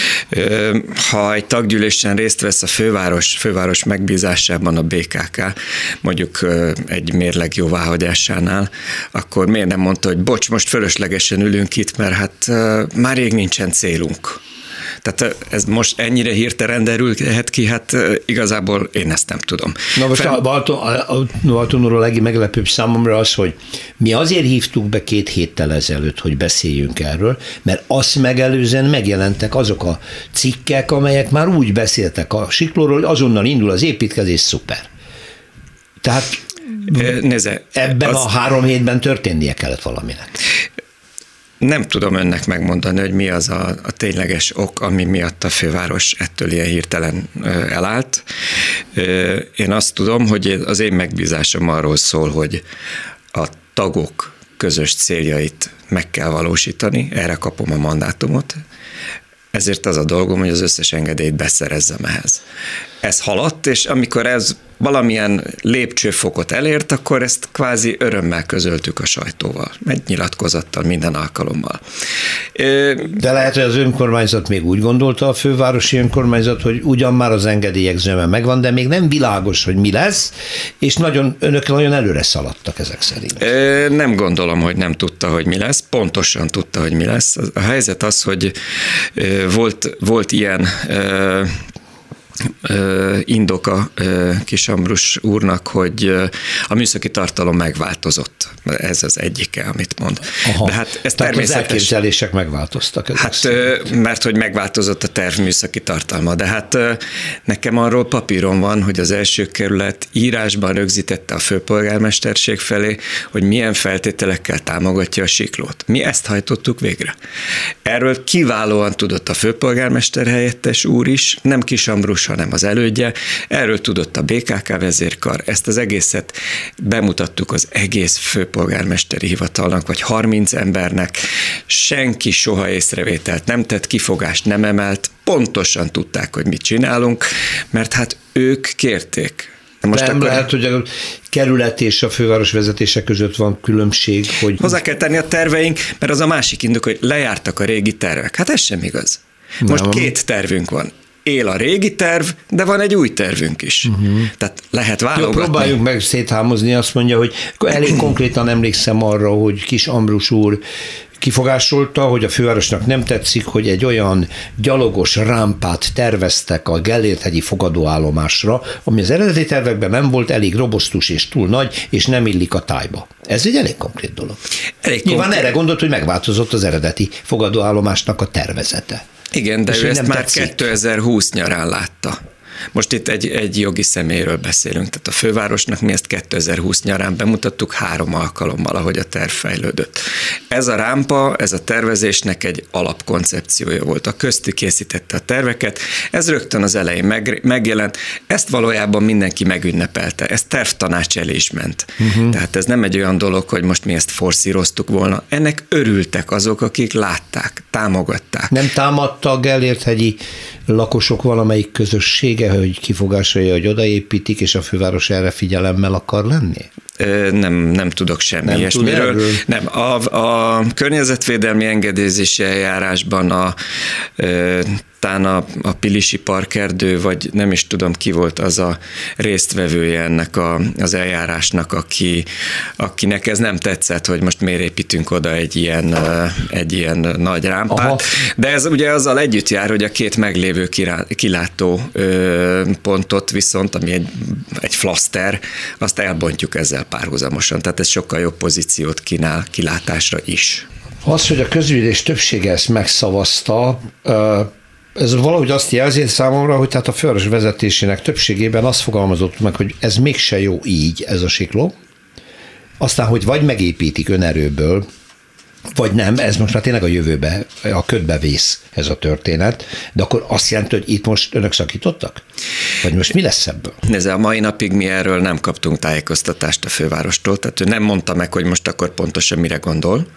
S5: ha egy taggyűlésen részt vesz a főváros megbízásában a BKK, mondjuk egy mérleg jóváhagyásánál, akkor miért nem mondta, hogy bocs, most fölöslegesen ülünk itt, mert hát már rég nincsen célunk. Tehát ez most ennyire hirtelen derülhet ki, hát igazából én ezt nem tudom.
S1: Na most a Balaton úr a legmeglepőbb számomra az, hogy mi azért hívtuk be 2 héttel ezelőtt, hogy beszéljünk erről, mert azt megelőzően megjelentek azok a cikkek, amelyek már úgy beszéltek a siklóról, hogy azonnal indul az építkezés, szuper. Tehát ebben a 3 hétben történnie kellett valaminek.
S5: Nem tudom önnek megmondani, hogy mi az a tényleges ok, ami miatt a főváros ettől ilyen hirtelen elállt. Én azt tudom, hogy az én megbízásom arról szól, hogy a tagok közös céljait meg kell valósítani, erre kapom a mandátumot, ezért az a dolgom, hogy az összes engedélyt beszerezzem ehhez. Ez haladt, és amikor ez valamilyen lépcsőfokot elért, akkor ezt kvázi örömmel közöltük a sajtóval, egy nyilatkozattal minden alkalommal.
S1: De lehet, hogy az önkormányzat még úgy gondolta, a fővárosi önkormányzat, hogy ugyan már az engedélyek zöme megvan, de még nem világos, hogy mi lesz, és önök nagyon előre szaladtak ezek szerint.
S5: Nem gondolom, hogy nem tudta, hogy mi lesz, pontosan tudta, hogy mi lesz. A helyzet az, hogy volt ilyen indoka Kis Ambrus úrnak, hogy a műszaki tartalom megváltozott. Ez az egyike, amit mond.
S1: Aha,
S5: de hát ez
S1: tehát az elképzelések megváltoztak.
S5: Hát, mert hogy megváltozott a terv műszaki tartalma, de hát nekem arról papíron van, hogy az első kerület írásban rögzítette a főpolgármesterség felé, hogy milyen feltételekkel támogatja a siklót. Mi ezt hajtottuk végre. Erről kiválóan tudott a főpolgármester helyettes úr is, nem Kis Ambrus, hanem az elődje. Erről tudott a BKK vezérkar. Ezt az egészet bemutattuk az egész főpolgármesteri hivatalnak, vagy 30 embernek. senki soha észrevételt nem tett, kifogást nem emelt, pontosan tudták, hogy mit csinálunk, mert hát ők kérték.
S1: Most nem lehet, hogy a kerület és a főváros vezetése között van különbség, hogy...
S5: Hozzá kell tenni a terveink, mert az a másik indok, hogy lejártak a régi tervek. Hát ez sem igaz. Most nem. 2 tervünk van. Él a régi terv, de van egy új tervünk is. Tehát lehet válogatni.
S1: Jó, próbáljuk meg széthámozni, azt mondja, hogy elég konkrétan emlékszem arra, hogy Kis Ambrus úr kifogásolta, hogy a fővárosnak nem tetszik, hogy egy olyan gyalogos rámpát terveztek a Gellért-hegyi fogadóállomásra, ami az eredeti tervekben nem volt, elég robosztus és túl nagy, és nem illik a tájba. Ez egy elég konkrét dolog. Nyilván erre gondolt, hogy megváltozott az eredeti fogadóállomásnak a tervezete.
S5: Igen, de
S1: és
S5: ő ezt már
S1: tetszik.
S5: 2020 nyarán látta. Most itt egy jogi személyről beszélünk, tehát a fővárosnak mi ezt 2020 nyarán bemutattuk 3 alkalommal, ahogy a terv fejlődött. Ez a rámpa, ez a tervezésnek egy alapkoncepciója volt. A köztük készítette a terveket, ez rögtön az elején megjelent, ezt valójában mindenki megünnepelte, ez tervtanács elé is ment. Tehát ez nem egy olyan dolog, hogy most mi ezt forszíroztuk volna, ennek örültek azok, akik látták, támogatták.
S1: Nem támadta a Gellért-hegyi lakosok valamelyik közössége, hogy kifogásolja, hogy odaépítik, és a főváros erre figyelemmel akar lenni?
S5: Nem tudok semmi ilyesmiről. Nem, a környezetvédelmi engedélyezési eljárásban talán a Pilisi parkerdő, vagy nem is tudom ki volt az a résztvevője ennek az eljárásnak, akinek ez nem tetszett, hogy most miért építünk oda egy ilyen nagy rámpát. Aha. De ez ugye azzal együtt jár, hogy a 2 meglévő kilátó pontot viszont, ami egy flaszter, azt elbontjuk ezzel párhuzamosan. Tehát ez sokkal jobb pozíciót kínál kilátásra is.
S1: Az, hogy a közgyűlés többsége ezt megszavazta, ez valahogy azt jelzi számomra, hogy tehát a főváros vezetésének többségében azt fogalmazott meg, hogy ez mégse jó így, ez a sikló. Aztán, hogy vagy megépítik önerőből, vagy nem, ez most már tényleg a jövőbe, a ködbe vész ez a történet, de akkor azt jelenti, hogy itt most önök szakítottak? Vagy most mi lesz ebből?
S5: Nézd, a mai napig mi erről nem kaptunk tájékoztatást a fővárostól, tehát ő nem mondta meg, hogy most akkor pontosan mire gondol.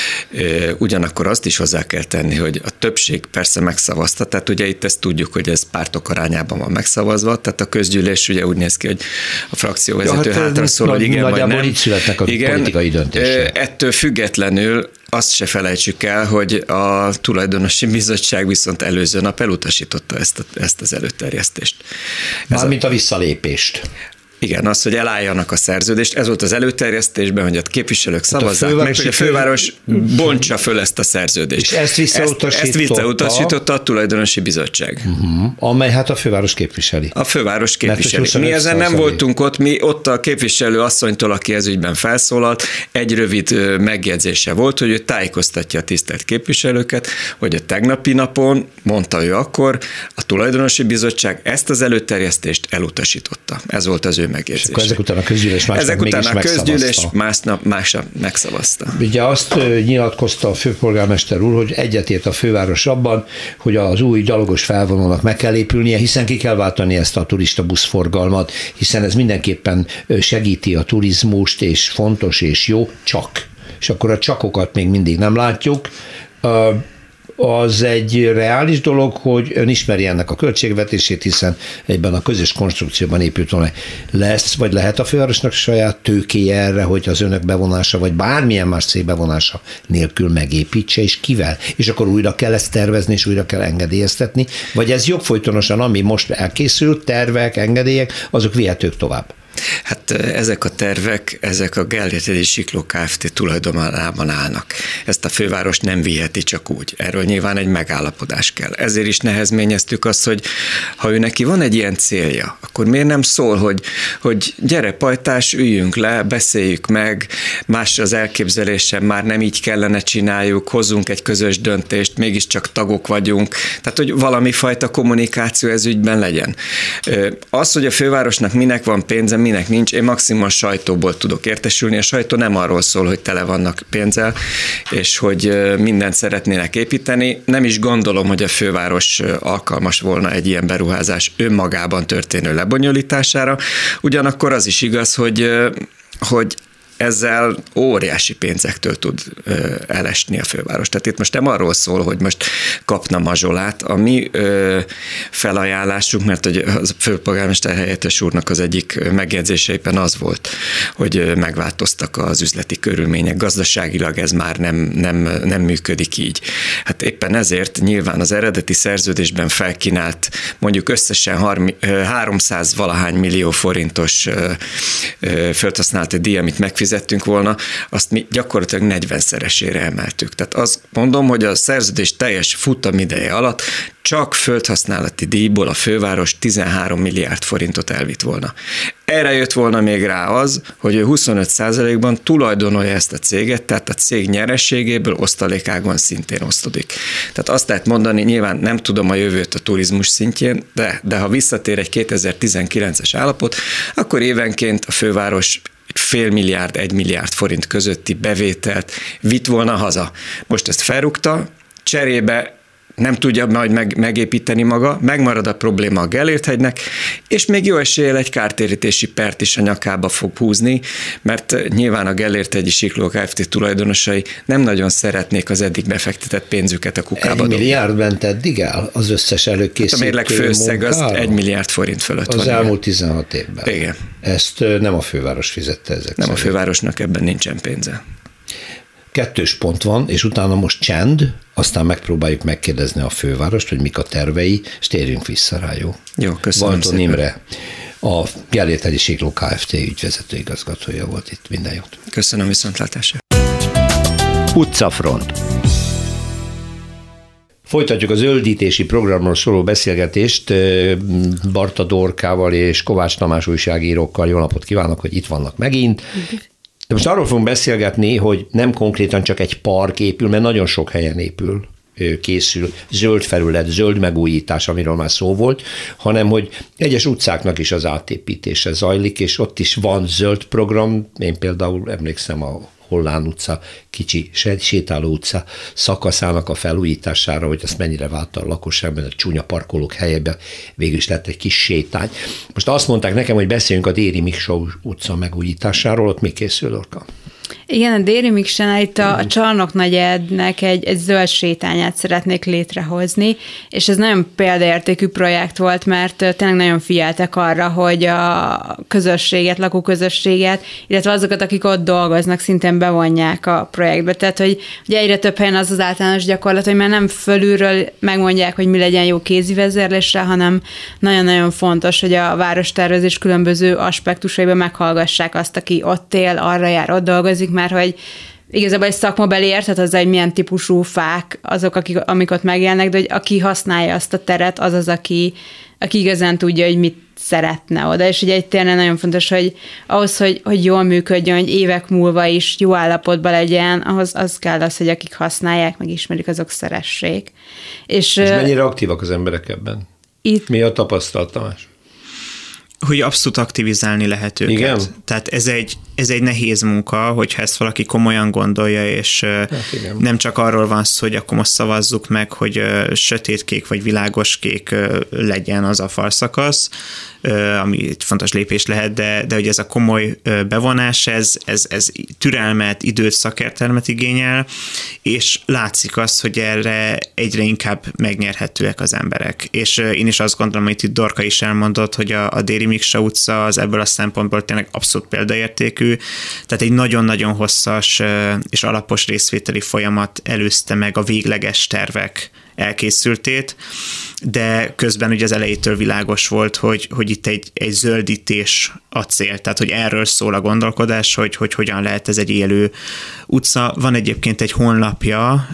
S5: Ugyanakkor azt is hozzá kell tenni, hogy a többség persze megszavazta, tehát ugye itt ezt tudjuk, hogy ez pártok arányában van megszavazva, tehát a közgyűlés ugye úgy néz ki, hogy a frakcióvezető hátra szól, hogy igen vagy nem.
S1: Így születnek a politikai döntések.
S5: Ettől függetlenül azt se felejtsük el, hogy a tulajdonosi bizottság viszont előző nap elutasította ezt az előterjesztést.
S1: Mármint a visszalépést.
S5: Igen, az, hogy elálljanak a szerződést, ez volt az előterjesztésben, hogy a képviselők szavazzák meg, hogy a főváros bontsa föl ezt a szerződést. És
S1: ezt
S5: visszautasította a tulajdonosi bizottság.
S1: Amely hát a főváros képviseli.
S5: A főváros képviseli. Mi ezen nem voltunk ott, mi ott a képviselő asszonytól, aki ez ügyben felszólalt, egy rövid megjegyzése volt, hogy ő tájékoztatja a tisztelt képviselőket, hogy a tegnapi napon, mondta ő akkor, a tulajdonosi bizottság ezt az előterjesztést elutasította. Ez volt az ő megjegyzés.
S1: Ezek után a közgyűlés
S5: másnap megszavazta.
S1: Ugye azt nyilatkozta a főpolgármester úr, hogy egyetért a főváros abban, hogy az új gyalogos felvonónak meg kell épülnie, hiszen ki kell váltani ezt a turista buszforgalmat, hiszen ez mindenképpen segíti a turizmust, és fontos és jó, csak. És akkor a csakokat még mindig nem látjuk. Az egy reális dolog, hogy ön ismeri ennek a költségvetését, hiszen egyben a közös konstrukcióban épült volna. Lesz, vagy lehet a fővárosnak saját tőkéje erre, hogy az önök bevonása, vagy bármilyen más cég bevonása nélkül megépítse, és kivel? És akkor újra kell ezt tervezni, és újra kell engedélyeztetni, vagy ez jogfolytonosan, ami most elkészült, tervek, engedélyek, azok vihetők tovább?
S5: Hát ezek a tervek, ezek a Gellért-hegyi Sikló Kft. Tulajdonában állnak. Ezt a főváros nem viheti csak úgy. Erről nyilván egy megállapodás kell. Ezért is nehezményeztük azt, hogy ha ő neki van egy ilyen célja, akkor miért nem szól, hogy gyere pajtás, üljünk le, beszéljük meg, más az elképzelésem, már nem így kellene csináljuk, hozzunk egy közös döntést, mégiscsak tagok vagyunk. Tehát, hogy valami fajta kommunikáció ez ügyben legyen. Az, hogy a fővárosnak minek van pénze, minek nincs, én maximum a sajtóból tudok értesülni. A sajtó nem arról szól, hogy tele vannak pénzzel, és hogy mindent szeretnének építeni. Nem is gondolom, hogy a főváros alkalmas volna egy ilyen beruházás önmagában történő lebonyolítására. Ugyanakkor az is igaz, hogy ezzel óriási pénzektől tud elesni a főváros. Tehát itt most nem arról szól, hogy most kapna mazsolát. A mi felajánlásunk, mert a főpolgármester helyettes úrnak az egyik megjegyzése éppen az volt, hogy megváltoztak az üzleti körülmények, gazdaságilag ez már nem működik így. Hát éppen ezért nyilván az eredeti szerződésben felkínált mondjuk összesen 300 valahány millió forintos földhasználati díj, amit megfizettünk volna, azt mi gyakorlatilag 40-szeresére emeltük. Tehát azt mondom, hogy a szerződés teljes futamideje alatt csak földhasználati díjból a főváros 13 milliárd forintot elvitt volna. Erre jött volna még rá az, hogy ő 25%-ban tulajdonolja ezt a céget, tehát a cég nyerességéből osztalékágon szintén osztodik. Tehát azt lehet mondani, nyilván nem tudom a jövőt a turizmus szintjén, de ha visszatér egy 2019-es állapot, akkor évenként a főváros 0,5 milliárd, 1 milliárd forint közötti bevételt vitt volna haza. Most ezt felrúgta, cserébe nem tudja majd megépíteni maga, megmarad a probléma a Gellért-hegynek, és még jó eséllyel egy kártérítési pert is a nyakába fog húzni, mert nyilván a Gellért-hegyi Sikló Kft. Tulajdonosai nem nagyon szeretnék az eddig befektetett pénzüket a kukába dobni.
S1: 1 milliárd ment eddig el az összes előkészítő
S5: a mérleg főösszeg az 1 milliárd forint fölött van.
S1: Az elmúlt 16 évben.
S5: Igen.
S1: Ezt nem a főváros fizette ezek
S5: Nem
S1: szerint.
S5: a fővárosnak ebben nincsen pénze.
S1: 2 pont van, és utána most csend, aztán megpróbáljuk megkérdezni a fővárost, hogy mik a tervei, és térjünk vissza rá, jó?
S5: Jó, köszönöm
S1: Valton
S5: szépen.
S1: Imre, a Gellért-hegyi Sikló Kft. Ügyvezető igazgatója volt itt. Minden jót.
S5: Köszönöm, viszontlátásra.
S1: Utcafront. Folytatjuk a zöldítési programról szóló beszélgetést Barta Dorkával és Kovács Tamás újságírókkal. Jó napot kívánok, hogy itt vannak megint. De most arról fogunk beszélgetni, hogy nem konkrétan csak egy park épül, mert nagyon sok helyen készül zöld felület, zöld megújítás, amiről már szó volt, hanem hogy egyes utcáknak is az átépítése zajlik, és ott is van zöld program. Én például emlékszem a Hollán utca, kicsi sétáló utca szakaszának a felújítására, hogy azt mennyire várta a lakosság, mert a csúnya parkolók helyében végül is lett egy kis sétány. Most azt mondták nekem, hogy beszéljünk a Déri Miksa utca megújításáról, ott mi készül, Dorka?
S6: Igen, a Déri Miksánál itt a Csarnoknegyednek egy zöld sétányát szeretnék létrehozni, és ez nagyon példaértékű projekt volt, mert tényleg nagyon figyeltek arra, hogy a közösséget, lakóközösséget, illetve azokat, akik ott dolgoznak, szintén bevonják a projektbe. Tehát, hogy ugye egyre több helyen az általános gyakorlat, hogy már nem fölülről megmondják, hogy mi legyen jó kézi vezérlésre, hanem nagyon-nagyon fontos, hogy a várostervezés különböző aspektusaiban meghallgassák azt, aki ott él, arra jár, ott dolgozik, mert hogy igazából egy szakmabeli érthet azzal, hogy milyen típusú fák azok, amik ott megjelennek, de hogy aki használja azt a teret, az az, aki igazán tudja, hogy mit szeretne oda. És ugye tényleg nagyon fontos, hogy ahhoz, hogy jól működjön, hogy évek múlva is jó állapotban legyen, ahhoz az kell az, hogy akik használják, meg ismerik, azok szeressék. És
S1: mennyire aktívak az emberek ebben?
S6: Itt
S1: Mi a tapasztalat, Tamás?
S7: Hogy abszolút aktivizálni lehet őket.
S1: Igen?
S7: Tehát ez egy nehéz munka, hogyha ezt valaki komolyan gondolja, és nem csak arról van szó, hogy akkor most szavazzuk meg, hogy sötétkék vagy világoskék legyen az a falszakasz, ami egy fontos lépés lehet, de hogy ez a komoly bevonás, ez türelmet, időt, szakértelmet igényel, és látszik az, hogy erre egyre inkább megnyerhetőek az emberek. És én is azt gondolom, hogy itt Dorka is elmondott, hogy a Déri Miksa utca az ebből a szempontból tényleg abszolút példaértékű, tehát egy nagyon-nagyon hosszas és alapos részvételi folyamat előzte meg a végleges tervek elkészültét, de közben ugye az elejétől világos volt, hogy itt egy zöldítés a cél, tehát hogy erről szól a gondolkodás, hogy hogyan lehet ez egy élő utca. Van egyébként egy honlapja.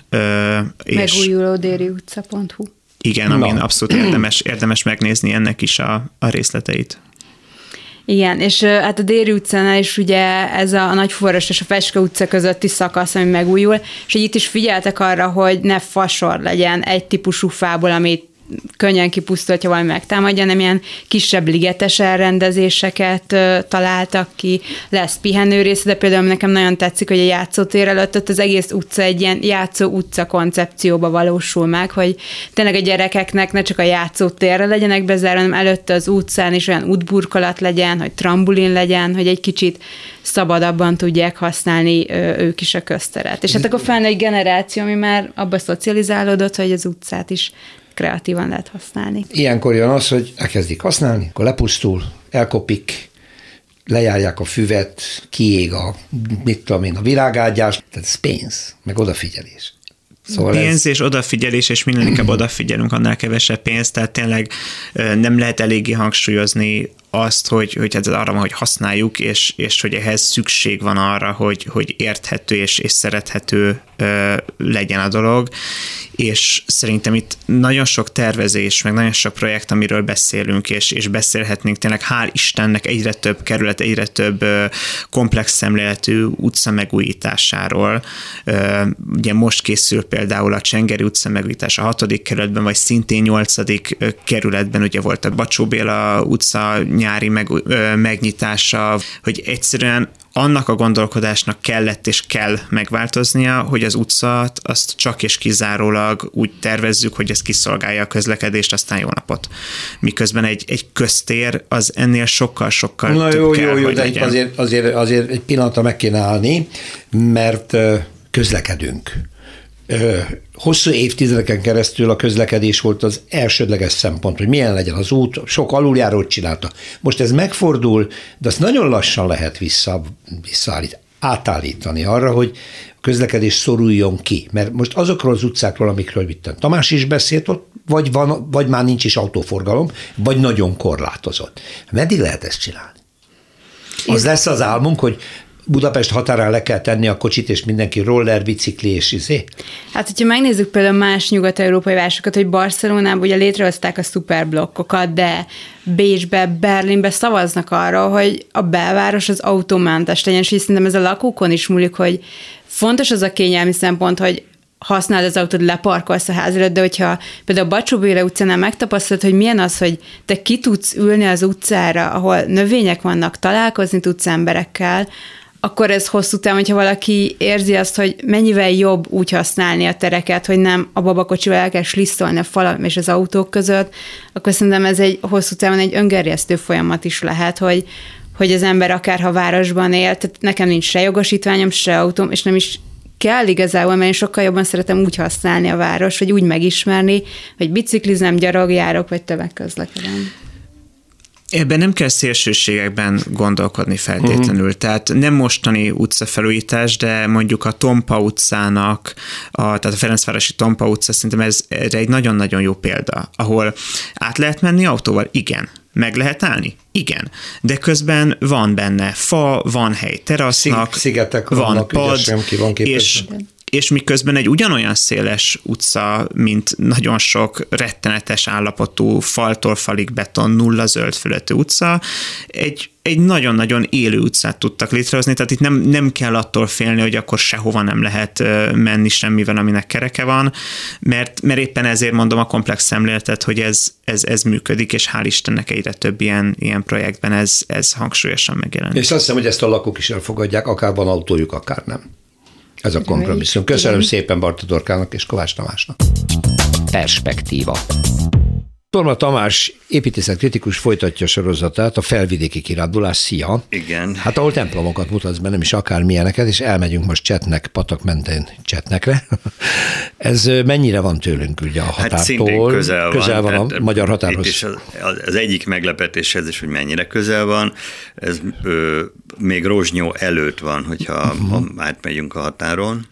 S6: megújulódériutca.hu.
S7: Igen, amin abszolút érdemes megnézni ennek is a részleteit.
S6: Igen, és hát a Déri utcánál is ugye ez a Nagyfuvaros és a Fecske utca közötti szakasz, ami megújul, és itt is figyeltek arra, hogy ne fasor legyen egy típusú fából, amit könnyen kipusztult, ha valami megtámadja, hanem ilyen kisebb ligetes elrendezéseket találtak ki. Lesz pihenőrész, de például nekem nagyon tetszik, hogy a játszótér előtt ott az egész utca egy ilyen játszó utca koncepcióba valósul meg, hogy tényleg a gyerekeknek ne csak a játszótérre legyenek bezárva, hanem előtte az utcán is olyan útburkolat legyen, hogy trambulin legyen, hogy egy kicsit szabadabban tudják használni ők is a közteret. És hát akkor felnő egy generáció, ami már abba szocializálódott, hogy az utcát is kreatívan lehet használni.
S1: Ilyenkor jön az, hogy elkezdik használni, akkor lepusztul, elkopik, lejárják a füvet, kiég a virágágyás, tehát ez pénz, meg odafigyelés.
S7: Szóval pénz és odafigyelés, és minden inkább odafigyelünk, annál kevesebb pénz, tehát tényleg nem lehet eléggé hangsúlyozni azt, hogy hát arra van, hogy használjuk, és hogy ehhez szükség van arra, hogy érthető és szerethető legyen a dolog, és szerintem itt nagyon sok tervezés, meg nagyon sok projekt, amiről beszélünk, és beszélhetnénk tényleg, hál' Istennek egyre több kerület, egyre több komplex szemléletű utca megújításáról. Ugye most készül például a Csengeri utca megújítása a 6. kerületben, vagy szintén 8. kerületben, ugye volt a Bacsó Béla utca nyári megnyitása, hogy egyszerűen annak a gondolkodásnak kellett és kell megváltoznia, hogy az utcát azt csak és kizárólag úgy tervezzük, hogy ez kiszolgálja a közlekedést, aztán jó napot. Miközben egy köztér az ennél sokkal-sokkal több kell, hogy
S1: de
S7: legyen.
S1: Azért egy pillanatra meg kéne állni, mert közlekedünk. Hosszú évtizedeken keresztül a közlekedés volt az elsődleges szempont, hogy milyen legyen az út, sok aluljárót csinálta. Most ez megfordul, de azt nagyon lassan lehet átállítani arra, hogy a közlekedés szoruljon ki. Mert most azokról az utcákról, amikről Tamás is beszélt, ott vagy már nincs is autóforgalom, vagy nagyon korlátozott. Meddig lehet ezt csinálni? Az lesz az álmunk, hogy Budapest határán le kell tenni a kocsit, és mindenki roller, bicikli és izé?
S6: Hát, hogyha megnézzük például más nyugat-európai városokat, hogy Barcelonában ugye létrehozták a szuperblokkokat, de Bécsbe, Berlinbe szavaznak arra, hogy a belváros az autómentes legyen, és szerintem ez a lakókon is múlik, hogy fontos az a kényelmi szempont, hogy használod az autód, leparkolsz a ház előtt, de hogyha például a Bacsó Béla utcánál megtapasztalod, hogy milyen az, hogy te ki tudsz ülni az utcára, ahol növények vannak, találkozni tudsz emberekkel, akkor ez hosszú távon, hogyha valaki érzi azt, hogy mennyivel jobb úgy használni a tereket, hogy nem a babakocsival el kell slisszolni a fal és az autók között, akkor szerintem ez egy hosszú távon egy öngerjesztő folyamat is lehet, hogy az ember akárha városban él, tehát nekem nincs se jogosítványom, se autóm, és nem is kell igazából, mert én sokkal jobban szeretem úgy használni a város, vagy úgy megismerni, hogy biciklizem, gyalogjárok, vagy tömegközlekedem.
S7: Ebben nem kell szélsőségekben gondolkodni feltétlenül. Tehát nem mostani utcafelújítás, de mondjuk a Tompa utcának, tehát a Ferencvárosi Tompa utca, szerintem ez egy nagyon-nagyon jó példa, ahol át lehet menni autóval? Igen. Meg lehet állni? Igen. De közben van benne fa, van hely terasznak,
S1: szigetek
S7: van
S1: vannak,
S7: pad,
S1: ki van
S7: és miközben egy ugyanolyan széles utca, mint nagyon sok rettenetes állapotú faltól falig beton, nulla zöld fölöttű utca, egy nagyon-nagyon élő utcát tudtak létrehozni, tehát itt nem kell attól félni, hogy akkor sehova nem lehet menni semmivel, aminek kereke van, mert éppen ezért mondom a komplex szemléletet, hogy ez működik, és hál' Istennek egyre több ilyen projektben ez hangsúlyosan megjelenik.
S1: És azt hiszem, hogy ezt a lakók is elfogadják, akár van autójuk, akár nem. Ez a kompromisszum. Köszönöm szépen Barta Dorkának és Kovács Tamásnak.
S8: Perspektíva.
S1: Torma Tamás építészetkritikus folytatja sorozatát, a Felvidéki kirándulás. Szia!
S9: Igen.
S1: Hát ahol templomokat mutatsz be, nem is akármilyeneket, és elmegyünk most Csetnek, patak mentén Csetnekre. Ez mennyire van tőlünk ugye a határtól?
S9: Hát szintén közel
S1: van a magyar határhoz.
S9: És az egyik meglepetés ez is, hogy mennyire közel van. Ez még Rozsnyó előtt van, hogyha átmegyünk a határon.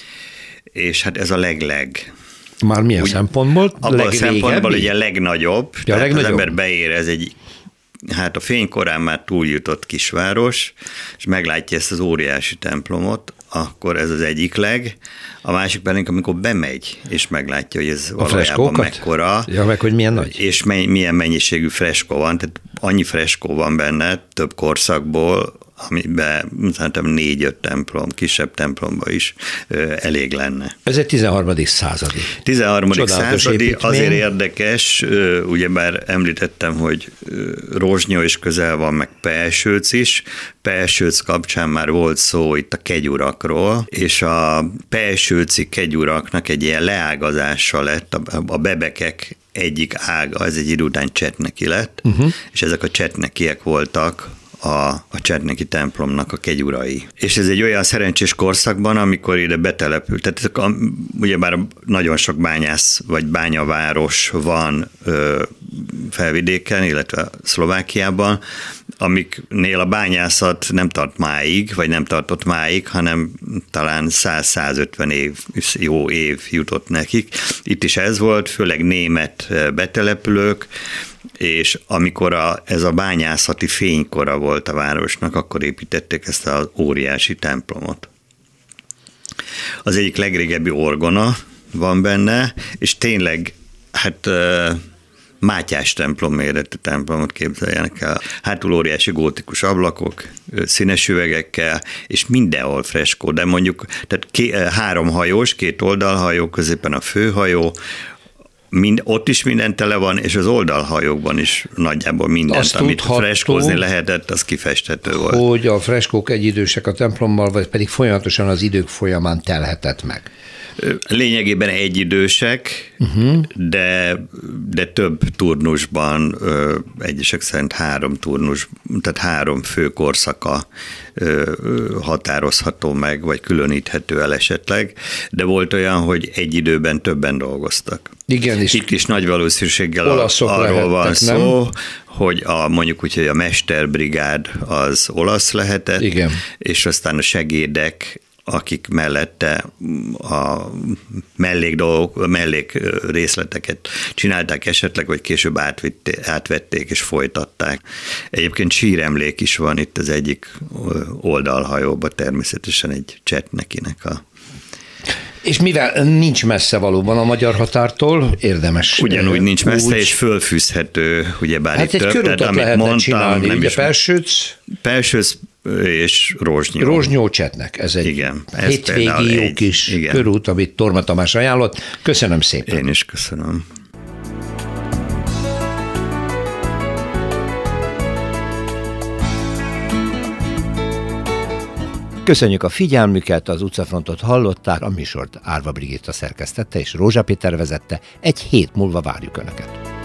S9: És hát ez a legleg.
S1: Már milyen szempontból?
S9: Abban a szempontból ugye legnagyobb. Ja, tehát legnagyobb. Az ember beér, ez egy, hát a fénykorán már túljutott kisváros, és meglátja ezt az óriási templomot, akkor ez az egyik leg. A másik pedig, amikor bemegy, és meglátja, hogy ez valójában mekkora.
S1: Ja, meg hogy milyen nagy.
S9: És milyen mennyiségű freskó van, tehát annyi freskó van benne, több korszakból, amiben szerintem 4-5 templom, kisebb templomba is elég lenne.
S1: Ez egy 13. századi.
S9: 13. századi, építmény. Azért érdekes, ugyebár említettem, hogy Rozsnyó is közel van, meg Pelsőc is. Pelsőc kapcsán már volt szó itt a kegyurakról, és a pelsőci kegyuraknak egy ilyen leágazása lett, a bebekek egyik ága, ez egy idő után csetneki lett, és ezek a csetnekiek voltak a csetneki templomnak a kegyurai. És ez egy olyan szerencsés korszakban, amikor ide betelepült. Tehát ugyebár nagyon sok bányász vagy bányaváros van felvidéken, illetve Szlovákiában, amiknél a bányászat nem tart máig, vagy nem tartott máig, hanem talán 100-150 jó év jutott nekik. Itt is ez volt, főleg német betelepülők, és amikor ez a bányászati fénykora volt a városnak, akkor építették ezt az óriási templomot. Az egyik legrégebbi orgona van benne, és tényleg, hát Mátyás templom méretű templomot képzeljenek el. Hátul óriási gótikus ablakok, színes üvegekkel, és mindenhol freskó, de mondjuk tehát 3 hajós, 2 oldalhajó, középen a főhajó, ott is minden tele van, és az oldalhajókban is nagyjából mindent, azt amit freskózni lehetett, az kifesthető volt.
S1: Hogy a freskók egyidősek a templommal, vagy pedig folyamatosan az idők folyamán telhetett meg?
S9: Lényegében egyidősek, de több turnusban, egyesek szerint 3 turnus, tehát 3 fő korszaka határozható meg, vagy különíthető el esetleg, de volt olyan, hogy egy időben többen dolgoztak.
S1: Igen, és
S9: itt is nagy valószínűséggel arról van szó, nem? Hogy mondjuk úgy, hogy a mesterbrigád az olasz lehetett, igen, és aztán a segédek, akik mellette a mellék részleteket csinálták esetleg, vagy később átvették és folytatták. Egyébként síremlék is van itt az egyik oldalhajóban, természetesen egy csetnekinek a...
S1: És mivel nincs messze valóban a magyar határtól, érdemes...
S9: Ugyanúgy nincs messze, és fölfűzhető, ugyebár
S1: hát
S9: itt
S1: egy körutat lehetne csinálni, ugye Pelsőc
S9: és Rozsnyó.
S1: Rozsnyó Csetnek, ez egy
S9: igen,
S1: hétvégi jó kis körút, amit Torma Tamás ajánlott. Köszönöm szépen.
S9: Én is köszönöm.
S1: Köszönjük a figyelmüket, az Utcafrontot hallották, a műsort Árva Brigitta szerkesztette és Rózsa Péter vezette. Egy hét múlva várjuk Önöket.